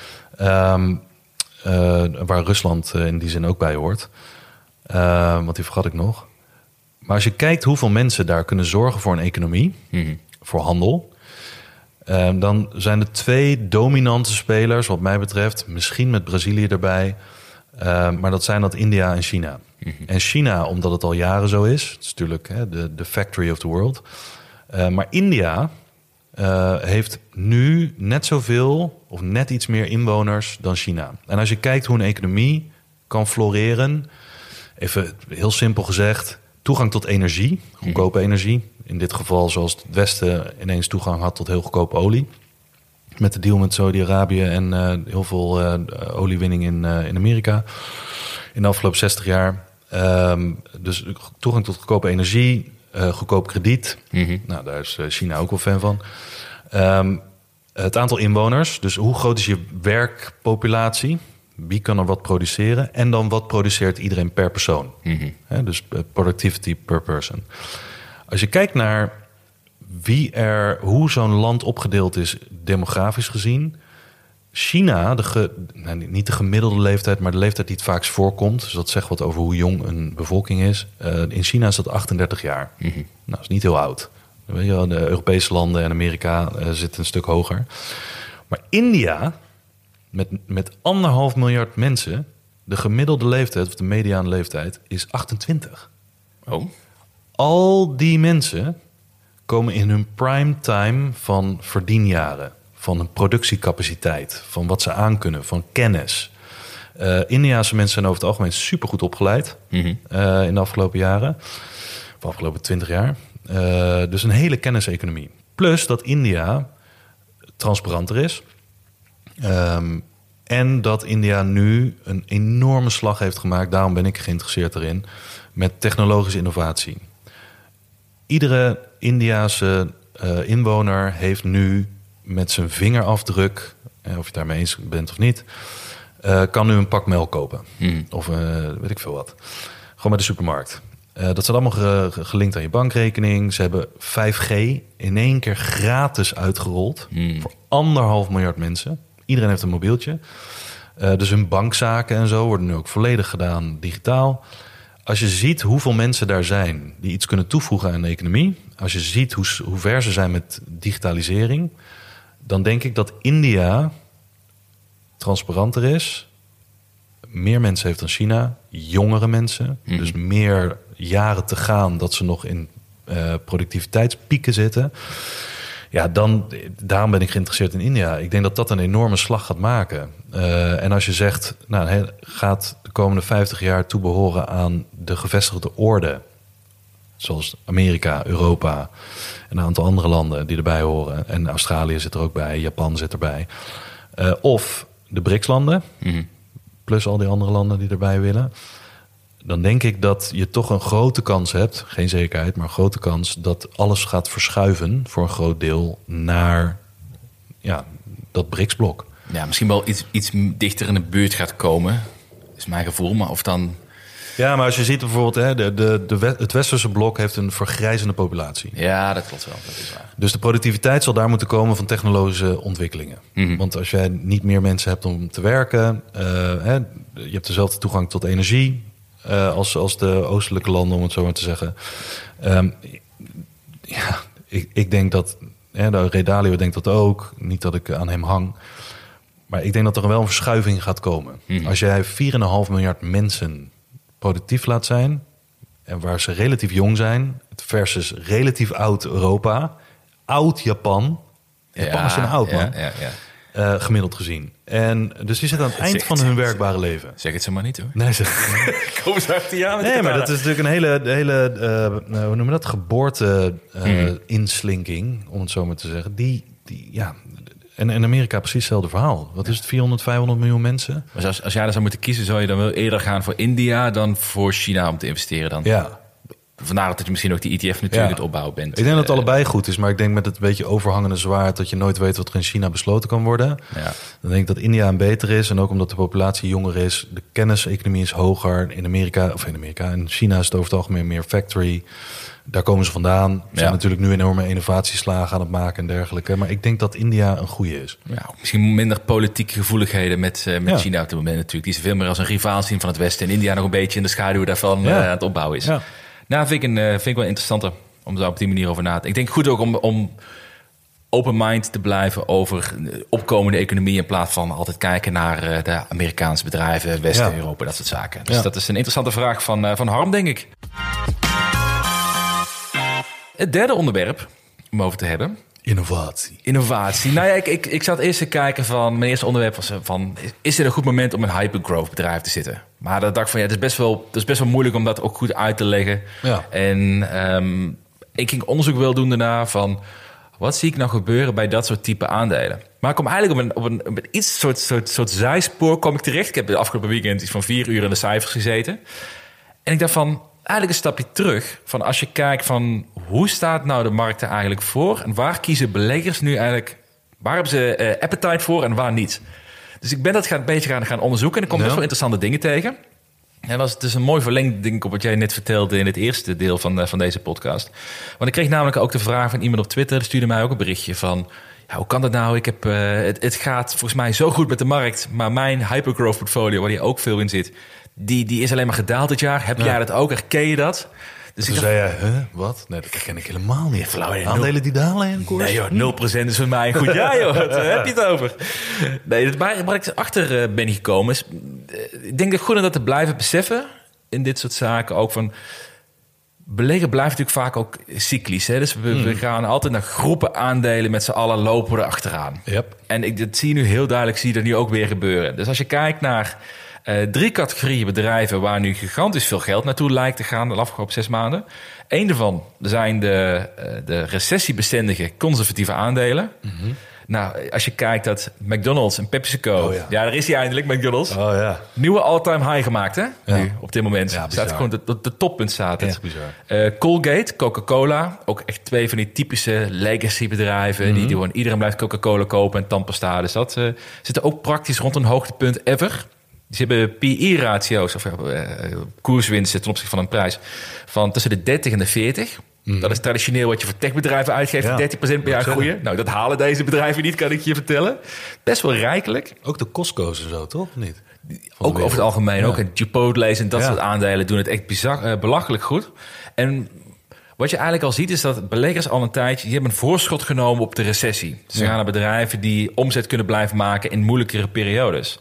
waar Rusland in die zin ook bij hoort. Want die vergat ik nog. Maar als je kijkt hoeveel mensen daar kunnen zorgen voor een economie... voor handel... dan zijn er 2 dominante spelers wat mij betreft. Misschien met Brazilië erbij. Maar dat zijn India en China. En China, omdat het al jaren zo is... het is natuurlijk de factory of the world. Maar India... heeft nu net zoveel of net iets meer inwoners dan China. En als je kijkt hoe een economie kan floreren... even heel simpel gezegd... toegang tot energie, goedkope energie. In dit geval zoals het Westen ineens toegang had tot heel goedkope olie. Met de deal met Saudi-Arabië en heel veel oliewinning in Amerika. In de afgelopen 60 jaar. Dus toegang tot goedkope energie... goedkoop krediet. Nou, daar is China ook wel fan van. Het aantal inwoners. Dus hoe groot is je werkpopulatie? Wie kan er wat produceren? En dan wat produceert iedereen per persoon? Dus productivity per person. Als je kijkt naar hoe zo'n land opgedeeld is demografisch gezien... China, niet de gemiddelde leeftijd... maar de leeftijd die het vaakst voorkomt... dus dat zegt wat over hoe jong een bevolking is. In China is dat 38 jaar. Nou, dat is niet heel oud. Weet je wel, de Europese landen en Amerika zitten een stuk hoger. Maar India, met 1,5 miljard mensen... de gemiddelde leeftijd, of de mediane leeftijd, is 28. Oh. Al die mensen komen in hun prime time van verdienjaren... van een productiecapaciteit, van wat ze aankunnen, van kennis. Indiase mensen zijn over het algemeen supergoed opgeleid... in de afgelopen jaren, of de afgelopen 20 jaar. Dus een hele kenniseconomie. Plus dat India transparanter is... en dat India nu een enorme slag heeft gemaakt... daarom ben ik geïnteresseerd erin... met technologische innovatie. Iedere Indiase inwoner heeft nu... met zijn vingerafdruk, of je het daarmee eens bent of niet... kan nu een pak melk kopen. Of weet ik veel wat. Gewoon bij de supermarkt. Dat staat allemaal gelinkt aan je bankrekening. Ze hebben 5G in 1 keer gratis uitgerold... voor 1,5 miljard mensen. Iedereen heeft een mobieltje. Dus hun bankzaken en zo worden nu ook volledig gedaan digitaal. Als je ziet hoeveel mensen daar zijn... die iets kunnen toevoegen aan de economie... als je ziet hoe ver ze zijn met digitalisering... dan denk ik dat India transparanter is... meer mensen heeft dan China, jongere mensen... dus meer jaren te gaan dat ze nog in productiviteitspieken zitten... Ja, daarom ben ik geïnteresseerd in India. Ik denk dat dat een enorme slag gaat maken. En als je zegt, gaat de komende 50 jaar toebehoren aan de gevestigde orde... Zoals Amerika, Europa en een aantal andere landen die erbij horen. En Australië zit er ook bij, Japan zit erbij. Of de BRICS-landen, plus al die andere landen die erbij willen. Dan denk ik dat je toch een grote kans hebt, geen zekerheid, maar een grote kans dat alles gaat verschuiven voor een groot deel naar dat BRICS-blok. Ja, misschien wel iets dichter in de buurt gaat komen, is mijn gevoel. Maar of dan... Ja, maar als je ziet bijvoorbeeld, het westerse blok heeft een vergrijzende populatie. Ja, dat klopt wel. Dat is waar. Dus de productiviteit zal daar moeten komen van technologische ontwikkelingen. Mm-hmm. Want als jij niet meer mensen hebt om te werken, je hebt dezelfde toegang tot energie als de oostelijke landen, om het zo maar te zeggen. Ik denk dat, Ray Dalio denkt dat ook, niet dat ik aan hem hang. Maar ik denk dat er wel een verschuiving gaat komen. Mm-hmm. Als jij 4,5 miljard mensen productief laat zijn, en waar ze relatief jong zijn, versus relatief oud Europa, oud Japan. Japanners zijn oud, man. Gemiddeld gezien. En dus die zitten aan het eind van hun werkbare leven. Zeg het ze maar niet, hoor. Nee, zeg het. Kom eens achter je aan. Nee, maar dat is natuurlijk een hele hoe noem je dat? Geboorte-inslinking, om het zo maar te zeggen. En in Amerika precies hetzelfde verhaal. Wat is het, 400, 500 miljoen mensen? Maar als jij daar zou moeten kiezen, zou je dan wel eerder gaan voor India dan voor China om te investeren dan? Ja. Vandaar dat je misschien ook die ETF natuurlijk het opbouwen bent. Ik denk dat het allebei goed is, maar ik denk met het beetje overhangende zwaard dat je nooit weet wat er in China besloten kan worden. Ja. Dan denk ik dat India een beter is. En ook omdat de populatie jonger is, de kenniseconomie is hoger. In Amerika, in China is het over het algemeen meer factory. Daar komen ze vandaan. Ze zijn natuurlijk nu enorme innovatieslagen aan het maken en dergelijke. Maar ik denk dat India een goede is. Ja, misschien minder politieke gevoeligheden met China op dit moment natuurlijk. Die ze veel meer als een rivaal zien van het Westen. En India nog een beetje in de schaduw daarvan aan het opbouwen is. Ja. Nou, vind ik wel interessanter om daar op die manier over na te denken. Ik denk goed ook om open mind te blijven over opkomende economie in plaats van altijd kijken naar de Amerikaanse bedrijven, Westen, Europa, dat soort zaken. Dus dat is een interessante vraag van Harm, denk ik. Het derde onderwerp om over te hebben. Innovatie. Nou ja, ik zat eerst te kijken van... Mijn eerste onderwerp was van... Is dit een goed moment om een hypergrowth bedrijf te zitten? Maar dat dacht ik van... Het is best wel moeilijk om dat ook goed uit te leggen. Ja. En ik ging onderzoek wel doen daarna van... Wat zie ik nou gebeuren bij dat soort type aandelen? Maar ik kom eigenlijk op een iets soort zijspoor kom ik terecht. Ik heb de afgelopen weekend iets van 4 uur in de cijfers gezeten. En ik dacht van... Eigenlijk een stapje terug van als je kijkt van hoe staat nou de markt er eigenlijk voor en waar kiezen beleggers nu eigenlijk, waar hebben ze appetite voor en waar niet. Dus ik ben dat een beetje gaan onderzoeken en ik kom best wel interessante dingen tegen. En dat is dus een mooi verlengd ding op wat jij net vertelde in het eerste deel van deze podcast. Want ik kreeg namelijk ook de vraag van iemand op Twitter, die stuurde mij ook een berichtje van... Ja, hoe kan dat nou? Ik heb, het gaat volgens mij zo goed met de markt, maar mijn hypergrowth portfolio, waar die ook veel in zit... Die is alleen maar gedaald dit jaar. Heb jij dat ook? Herken je dat? Dus toen zei jij, wat? Nee, dat herken ik helemaal niet. Aandelen die dalen in koers? Nee joh, 0% is voor mij een goed jaar joh. Daar heb je het over. Nee, waar ik achter ben gekomen is... Ik denk dat het goed is dat te blijven beseffen in dit soort zaken ook van... Beleggen blijft natuurlijk vaak ook cyclisch. Hè? Dus we gaan altijd naar groepen aandelen met z'n allen lopen we erachteraan. Yep. En dat zie je nu heel duidelijk, zie je dat nu ook weer gebeuren. Dus als je kijkt naar 3 categorieën bedrijven waar nu gigantisch veel geld naartoe lijkt te gaan de afgelopen 6 maanden. Eén daarvan zijn de recessiebestendige conservatieve aandelen. Mm-hmm. Nou, als je kijkt dat McDonald's en PepsiCo... Ja, daar is hij eindelijk, McDonald's. Oh, ja. Nieuwe all-time high gemaakt, hè? Ja. Nu, op dit moment. Ja, staat gewoon de toppunt staat het. Ja, Colgate, Coca-Cola. Ook echt 2 van die typische legacy bedrijven. Mm-hmm. Die gewoon iedereen blijft Coca-Cola kopen en tandpasta. Dus dat zitten ook praktisch rond een hoogtepunt ever. Ze hebben PE-ratio's, of koerswinsten ten opzichte van een prijs... van tussen de 30 en de 40... Mm. Dat is traditioneel wat je voor techbedrijven uitgeeft. 30% per jaar groeien. Nou, dat halen deze bedrijven niet, kan ik je vertellen. Best wel rijkelijk. Ook de Costco's en zo, toch? Niet? Ook over het algemeen. Ja. Ook het Chipotle's en dat soort aandelen doen het echt belachelijk goed. En wat je eigenlijk al ziet is dat beleggers al een tijdje... die hebben een voorschot genomen op de recessie. Ze gaan naar bedrijven die omzet kunnen blijven maken in moeilijkere periodes.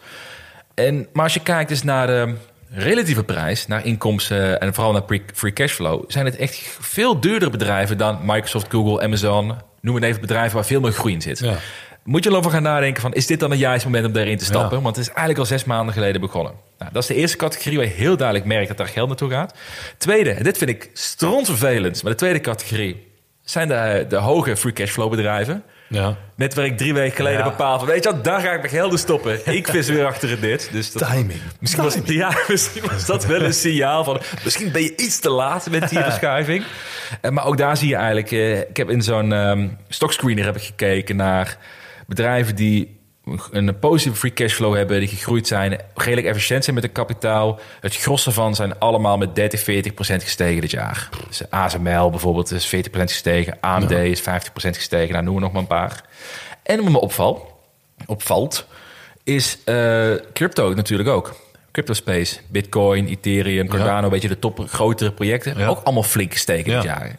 Maar als je kijkt dus naar de... relatieve prijs naar inkomsten en vooral naar free cashflow... zijn het echt veel duurdere bedrijven dan Microsoft, Google, Amazon. Noem het even bedrijven waar veel meer groei in zit. Ja. moet je erover gaan nadenken van... is dit dan het juiste moment om daarin te stappen? Ja. Want het is eigenlijk al 6 maanden geleden begonnen. Nou, dat is de eerste categorie waar je heel duidelijk merkt dat daar geld naartoe gaat. Tweede, en dit vind ik strontvervelend... maar de tweede categorie zijn de hoge free cashflow bedrijven... Ja. Net waar ik 3 weken geleden bepaald... weet je wat, daar ga ik mijn gelden stoppen. Ik vis weer achter dit. Dus dat, Timing. Misschien was dat wel een signaal van... misschien ben je iets te laat met die verschuiving. Maar ook daar zie je eigenlijk... ik heb in zo'n stockscreener heb ik gekeken naar bedrijven... die een positieve free cashflow hebben... die gegroeid zijn, redelijk efficiënt zijn met hun kapitaal. Het gros ervan zijn allemaal met 30-40% gestegen dit jaar. Dus ASML bijvoorbeeld is 40% gestegen. AMD is 50% gestegen. Nou, noemen we nog maar een paar. En wat me opvalt, is crypto natuurlijk ook. Crypto space, Bitcoin, Ethereum, Cardano... een beetje de top grotere projecten. Ook allemaal flink gestegen dit jaar.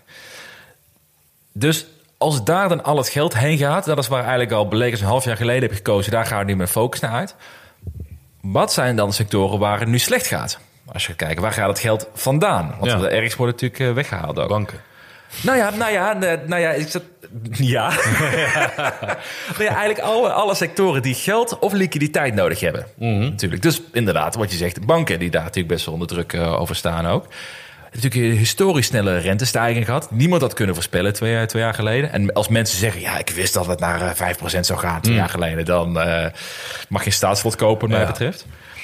Dus... als daar dan al het geld heen gaat... dat is waar eigenlijk al beleggers een half jaar geleden hebben gekozen... daar gaan we nu met focus naar uit. Wat zijn dan sectoren waar het nu slecht gaat? Als je gaat kijken, waar gaat het geld vandaan? Want ergens wordt het natuurlijk weggehaald ook. Banken. Nou ja, ik zat... Ja. Eigenlijk alle sectoren die geld of liquiditeit nodig hebben. Natuurlijk. Dus inderdaad, wat je zegt, banken... die daar natuurlijk best wel onder druk over staan ook... natuurlijk een historisch snelle rentestijging gehad. Niemand had kunnen voorspellen 2 jaar geleden. En als mensen zeggen, ja, ik wist dat het naar 5% zou gaan 2 jaar geleden... dan mag je staatsschuld kopen, wat mij betreft.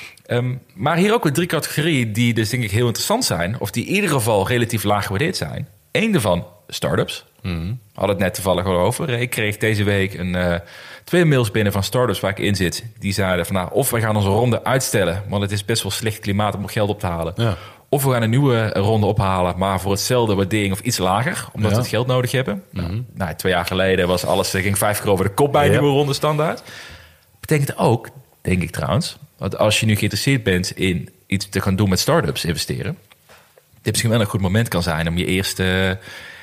Maar hier ook weer 3 categorieën die dus denk ik heel interessant zijn... of die in ieder geval relatief laag gewaardeerd zijn. Eén daarvan, startups. We hadden het net toevallig al over. Ik kreeg deze week 2 mails binnen van startups waar ik in zit. Die zeiden van, nou, of we gaan onze ronde uitstellen... want het is best wel slecht klimaat om geld op te halen... Ja. Of we gaan een nieuwe ronde ophalen, maar voor hetzelfde waardering of iets lager, omdat we het geld nodig hebben. Nou, 2 jaar geleden was alles, ging 5 keer over de kop bij een nieuwe ronde standaard. Betekent ook, denk ik trouwens, dat als je nu geïnteresseerd bent in iets te gaan doen met startups investeren, dit misschien wel een goed moment kan zijn om je eerste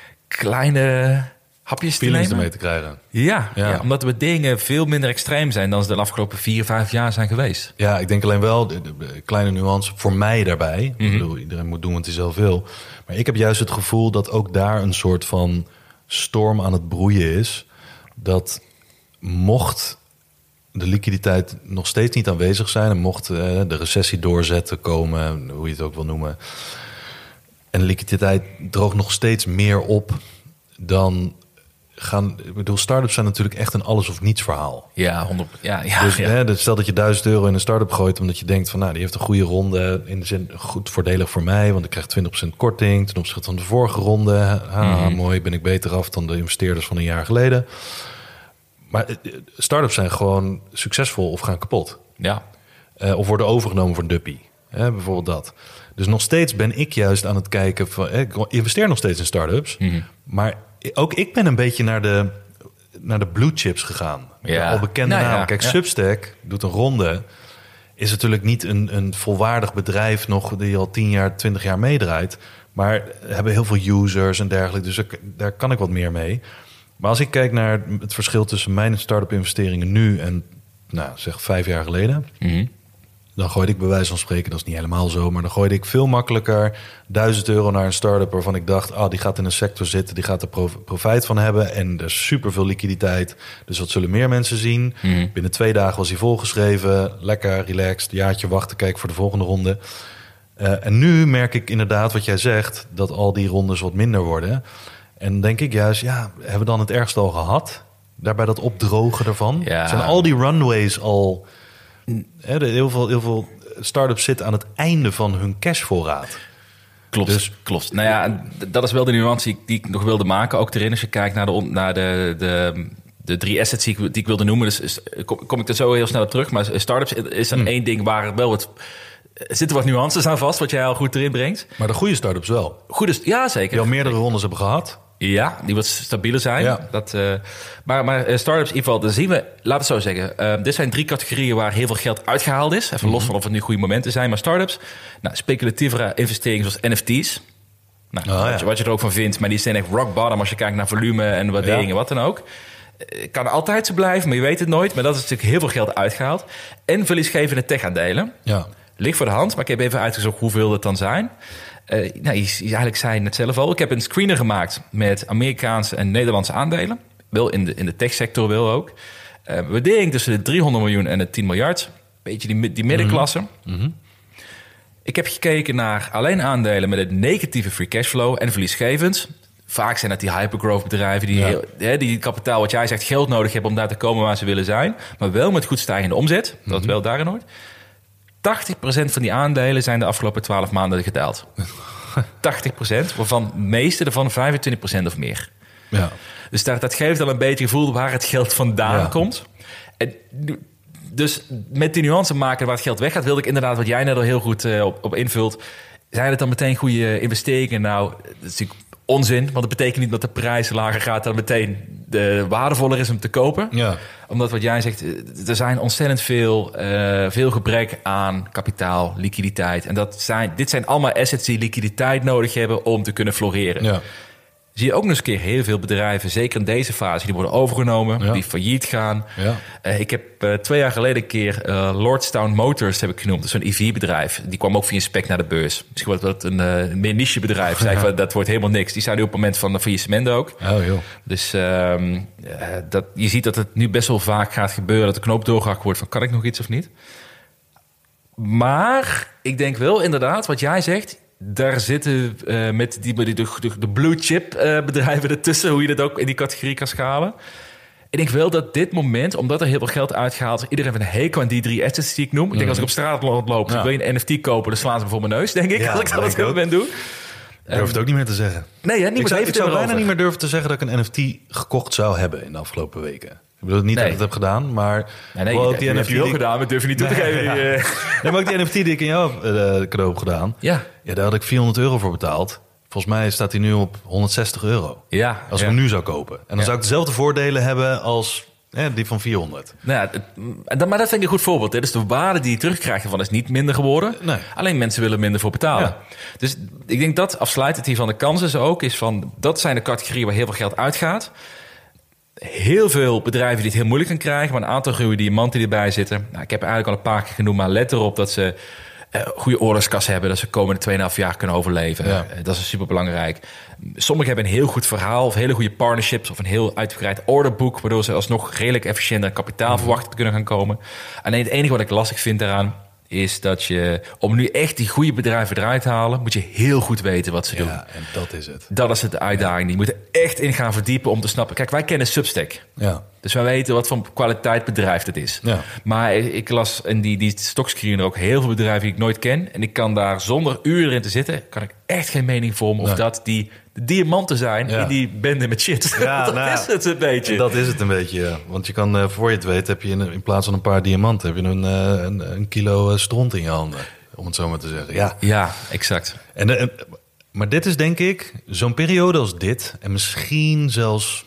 kleine hapjes te nemen. Ermee te krijgen. Ja, omdat de dingen veel minder extreem zijn dan ze de afgelopen 4-5 jaar zijn geweest. Ja, ik denk alleen wel, de kleine nuance voor mij daarbij. Ik bedoel, iedereen moet doen wat hij zelf wil. Maar ik heb juist het gevoel dat ook daar een soort van storm aan het broeien is. Dat mocht de liquiditeit nog steeds niet aanwezig zijn... en mocht de recessie doorzetten komen, hoe je het ook wil noemen... en de liquiditeit droogt nog steeds meer op dan... Ik bedoel, start-ups zijn natuurlijk echt een alles of niets verhaal. Ja, 100. Dus stel dat je €1000 in een start-up gooit... omdat je denkt van, nou, die heeft een goede ronde... in de zin goed voordelig voor mij... want ik krijg 20% korting ten opzichte van de vorige ronde. Mooi, ben ik beter af dan de investeerders van een jaar geleden. Maar start-ups zijn gewoon succesvol of gaan kapot. Ja. Of worden overgenomen voor een duppie. Bijvoorbeeld dat. Dus nog steeds ben ik juist aan het kijken... van, ik investeer nog steeds in start-ups... maar... ook ik ben een beetje naar de blue chips gegaan. Ja. Al bekende naam. Kijk, Substack doet een ronde. Is natuurlijk niet een volwaardig bedrijf nog... die al 10 jaar, 20 jaar meedraait. Maar hebben heel veel users en dergelijke. Dus daar kan ik wat meer mee. Maar als ik kijk naar het verschil tussen mijn start-up investeringen nu... en zeg 5 jaar geleden... dan gooide ik bij wijze van spreken, dat is niet helemaal zo... maar dan gooide ik veel makkelijker €1000 naar een start-up... waarvan ik dacht, die gaat in een sector zitten... die gaat er profijt van hebben en er is superveel liquiditeit. Dus dat zullen meer mensen zien. Binnen 2 dagen was hij volgeschreven. Lekker, relaxed, jaartje wachten, kijken voor de volgende ronde. En nu merk ik inderdaad wat jij zegt... dat al die rondes wat minder worden. En dan denk ik juist, hebben we dan het ergste al gehad? Daarbij dat opdrogen ervan? Ja. Zijn al die runways al... Heel veel start-ups zitten aan het einde van hun cashvoorraad. Klopt. Nou ja, dat is wel de nuance die ik nog wilde maken. Ook erin, als je kijkt naar de 3 assets die ik wilde noemen. Dus kom ik er zo heel snel op terug. Maar start-ups is dan 1 ding waar wel er zitten wat nuances aan vast, wat jij al goed erin brengt. Maar de goede start-ups wel. Ja, zeker. Die al meerdere rondes hebben gehad. Ja, die wat stabieler zijn. Ja. Maar start-ups in ieder geval, dan zien we, laten we het zo zeggen... dit zijn 3 categorieën waar heel veel geld uitgehaald is. Even los van of het nu goede momenten zijn. Maar start-ups, speculatievere investeringen zoals NFT's. Wat je er ook van vindt. Maar die zijn echt rock bottom als je kijkt naar volume en waarderingen, wat dan ook. Kan altijd zo blijven, maar je weet het nooit. Maar dat is natuurlijk heel veel geld uitgehaald. En verliesgevende tech-aandelen. Ja. Ligt voor de hand, maar ik heb even uitgezocht hoeveel dat dan zijn... je eigenlijk zei het zelf al. Ik heb een screener gemaakt met Amerikaanse en Nederlandse aandelen. Wel in de techsector wel ook. Waardering tussen de 300 miljoen en de 10 miljard. Beetje die middenklasse. Mm-hmm. Ik heb gekeken naar alleen aandelen met een negatieve free cashflow en verliesgevend. Vaak zijn dat die hypergrowth bedrijven die kapitaal, wat jij zegt, geld nodig hebben om daar te komen waar ze willen zijn. Maar wel met goed stijgende omzet. Dat wel daarin hoort. 80% van die aandelen zijn de afgelopen 12 maanden gedaald. 80%, waarvan de meeste ervan 25% of meer. Ja. Dus dat geeft al een beetje gevoel waar het geld vandaan komt. En dus met die nuance maken waar het geld weggaat, wilde ik inderdaad, wat jij net al heel goed op invult. Zijn het dan meteen goede investeringen? Nou, dat is natuurlijk onzin, want dat betekent niet dat de prijs lager gaat, dat meteen waardevoller is om te kopen. Ja. Omdat wat jij zegt, er zijn ontzettend veel gebrek aan kapitaal, liquiditeit. En dit zijn allemaal assets die liquiditeit nodig hebben om te kunnen floreren. Ja. Zie je ook nog eens een keer heel veel bedrijven, zeker in deze fase, die worden overgenomen, die failliet gaan. Ja. Ik heb 2 jaar geleden een keer Lordstown Motors heb ik genoemd. Dat is zo'n EV-bedrijf. Die kwam ook via een spec naar de beurs. Misschien wordt dat een meer niche bedrijf. Dat wordt helemaal niks. Die zijn nu op het moment van faillissement ook. Oh, joh. Dus je ziet dat het nu best wel vaak gaat gebeuren, dat de knoop doorgehakt wordt van kan ik nog iets of niet. Maar ik denk wel inderdaad, wat jij zegt, daar zitten met de blue chip bedrijven ertussen, hoe je dat ook in die categorie kan schalen. Ik denk wel dat dit moment, omdat er heel veel geld uitgehaald, iedereen heeft een hekel aan die 3 assets die ik noem. Ik denk als ik op straat loop, wil je een NFT kopen, dan slaan ze me voor mijn neus, denk ik. Als ik dat op dit moment doe. Ik durf het ook niet meer te zeggen. Nee, ik zou bijna niet meer durven te zeggen dat ik een NFT gekocht zou hebben in de afgelopen weken. Ik bedoel niet dat ik het heb gedaan, maar... Nee, ook die NFT wel gedaan, maar durf je niet toe te geven. Nee, maar ook die NFT die ik in jou cadeau heb gedaan. Ja, daar had ik €400 voor betaald. Volgens mij staat hij nu op €160. Ja, als ik hem nu zou kopen. En dan zou ik dezelfde voordelen hebben als die van 400. Nou ja, maar dat vind ik een goed voorbeeld. Hè. Dus de waarde die je terugkrijgt ervan is niet minder geworden. Nee. Alleen mensen willen minder voor betalen. Ja. Dus ik denk dat afsluitend hiervan de kans is ook, is van dat zijn de categorieën waar heel veel geld uitgaat. Heel veel bedrijven die het heel moeilijk gaan krijgen, maar een aantal ruwe diamanten die erbij zitten. Nou, ik heb eigenlijk al een paar keer genoemd, maar let erop dat ze goede orderskas hebben, dat ze komende 2,5 jaar kunnen overleven. Ja. Dat is superbelangrijk. Sommigen hebben een heel goed verhaal of hele goede partnerships of een heel uitgebreid orderboek, waardoor ze alsnog redelijk efficiënt aan kapitaal verwachten te kunnen gaan komen. Alleen het enige wat ik lastig vind daaraan is dat je, om nu echt die goede bedrijven eruit te halen, moet je heel goed weten wat ze doen. Ja, en dat is het. Dat is de uitdaging. Die moeten echt in gaan verdiepen om te snappen. Kijk, wij kennen Substack. Ja. Dus wij weten wat voor kwaliteit bedrijf het is. Ja. Maar ik las in die stockscreener ook heel veel bedrijven die ik nooit ken. En ik kan daar zonder uren in te zitten, kan ik echt geen mening vormen of dat die de diamanten zijn in die bende met shit. Ja, dat is het een beetje. Dat is het een beetje, ja. Want je kan, voor je het weet, heb je in plaats van een paar diamanten, heb je een kilo stront in je handen. Om het zo maar te zeggen. Ja, exact. Maar dit is denk ik, zo'n periode als dit, en misschien zelfs,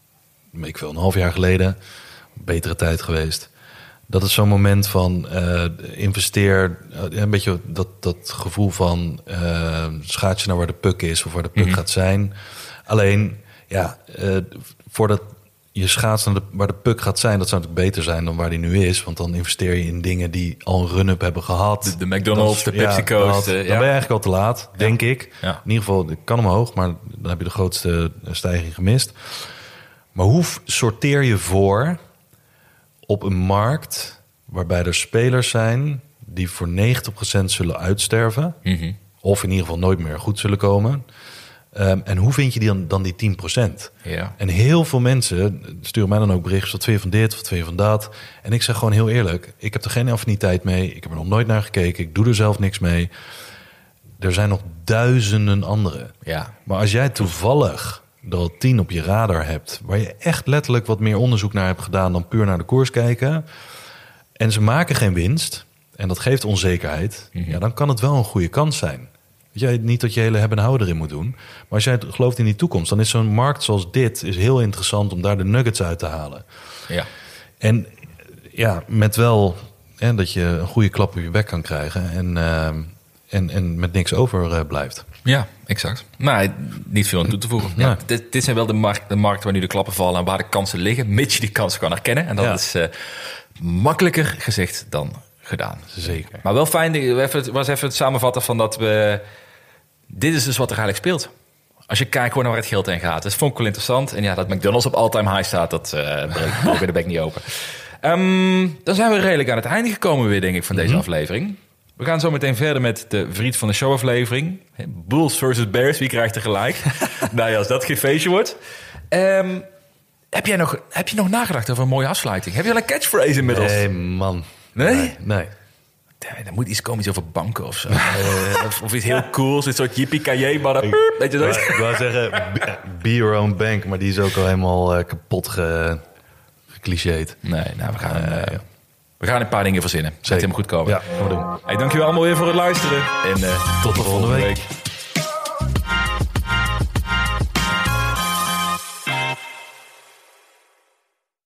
ik veel, een half jaar geleden, betere tijd geweest. Dat is zo'n moment van investeer, een beetje dat gevoel van schaats je naar waar de puck is of waar de puck gaat zijn. Alleen, voordat je schaats naar waar de puck gaat zijn, dat zou natuurlijk beter zijn dan waar die nu is. Want dan investeer je in dingen die al een run-up hebben gehad. De McDonald's, de PepsiCo's. Dan ben je eigenlijk al te laat, denk ik. Ja. In ieder geval, het kan omhoog, maar dan heb je de grootste stijging gemist. Maar hoe sorteer je voor op een markt waarbij er spelers zijn die voor 90% zullen uitsterven, of in ieder geval nooit meer goed zullen komen? En hoe vind je dan die 10%? Ja. En heel veel mensen sturen mij dan ook berichten, wat vind je van dit, wat vind je van dat? En ik zeg gewoon heel eerlijk, ik heb er geen affiniteit mee, ik heb er nog nooit naar gekeken, ik doe er zelf niks mee. Er zijn nog duizenden anderen. Ja. Maar als jij toevallig er al 10 op je radar hebt, waar je echt letterlijk wat meer onderzoek naar hebt gedaan dan puur naar de koers kijken, en ze maken geen winst, en dat geeft onzekerheid, dan kan het wel een goede kans zijn. Weet je, niet dat je hele hebben en houden erin moet doen, maar als jij gelooft in die toekomst, dan is zo'n markt zoals dit is heel interessant om daar de nuggets uit te halen. Ja. En met wel dat je een goede klap op je bek kan krijgen en met niks over blijft. Ja, exact. Nou, niet veel aan toe te voegen. Ja, dit zijn wel de markten waar nu de klappen vallen en waar de kansen liggen, mits je die kansen kan herkennen. En dat is makkelijker gezegd dan gedaan. Zeker. Maar wel fijn, was even het samenvatten van dat dit is dus wat er eigenlijk speelt. Als je kijkt gewoon naar waar het geld heen gaat. Dat vond ik wel interessant. En ja, dat McDonald's op all-time high staat, dat breekt de bek niet open. Dan zijn we redelijk aan het einde gekomen weer, denk ik, van deze aflevering. We gaan zo meteen verder met de Vriend van de Show aflevering. Bulls versus Bears, wie krijgt er gelijk? Nou ja, als dat geen feestje wordt. Heb je nog nagedacht over een mooie afsluiting? Heb je al een catchphrase inmiddels? Nee, man. Nee? Nee. Er moet iets komen over banken of zo. Of iets heel cools, een soort yippie-ki-yay, maar weet je dat? Ik wou zeggen, be your own bank, maar die is ook al helemaal kapot geclichéerd. Nee, nou, we gaan een paar dingen verzinnen. Zet hem goed komen. Ja, gaan we doen. Hey, dankjewel allemaal weer voor het luisteren. En tot de volgende week.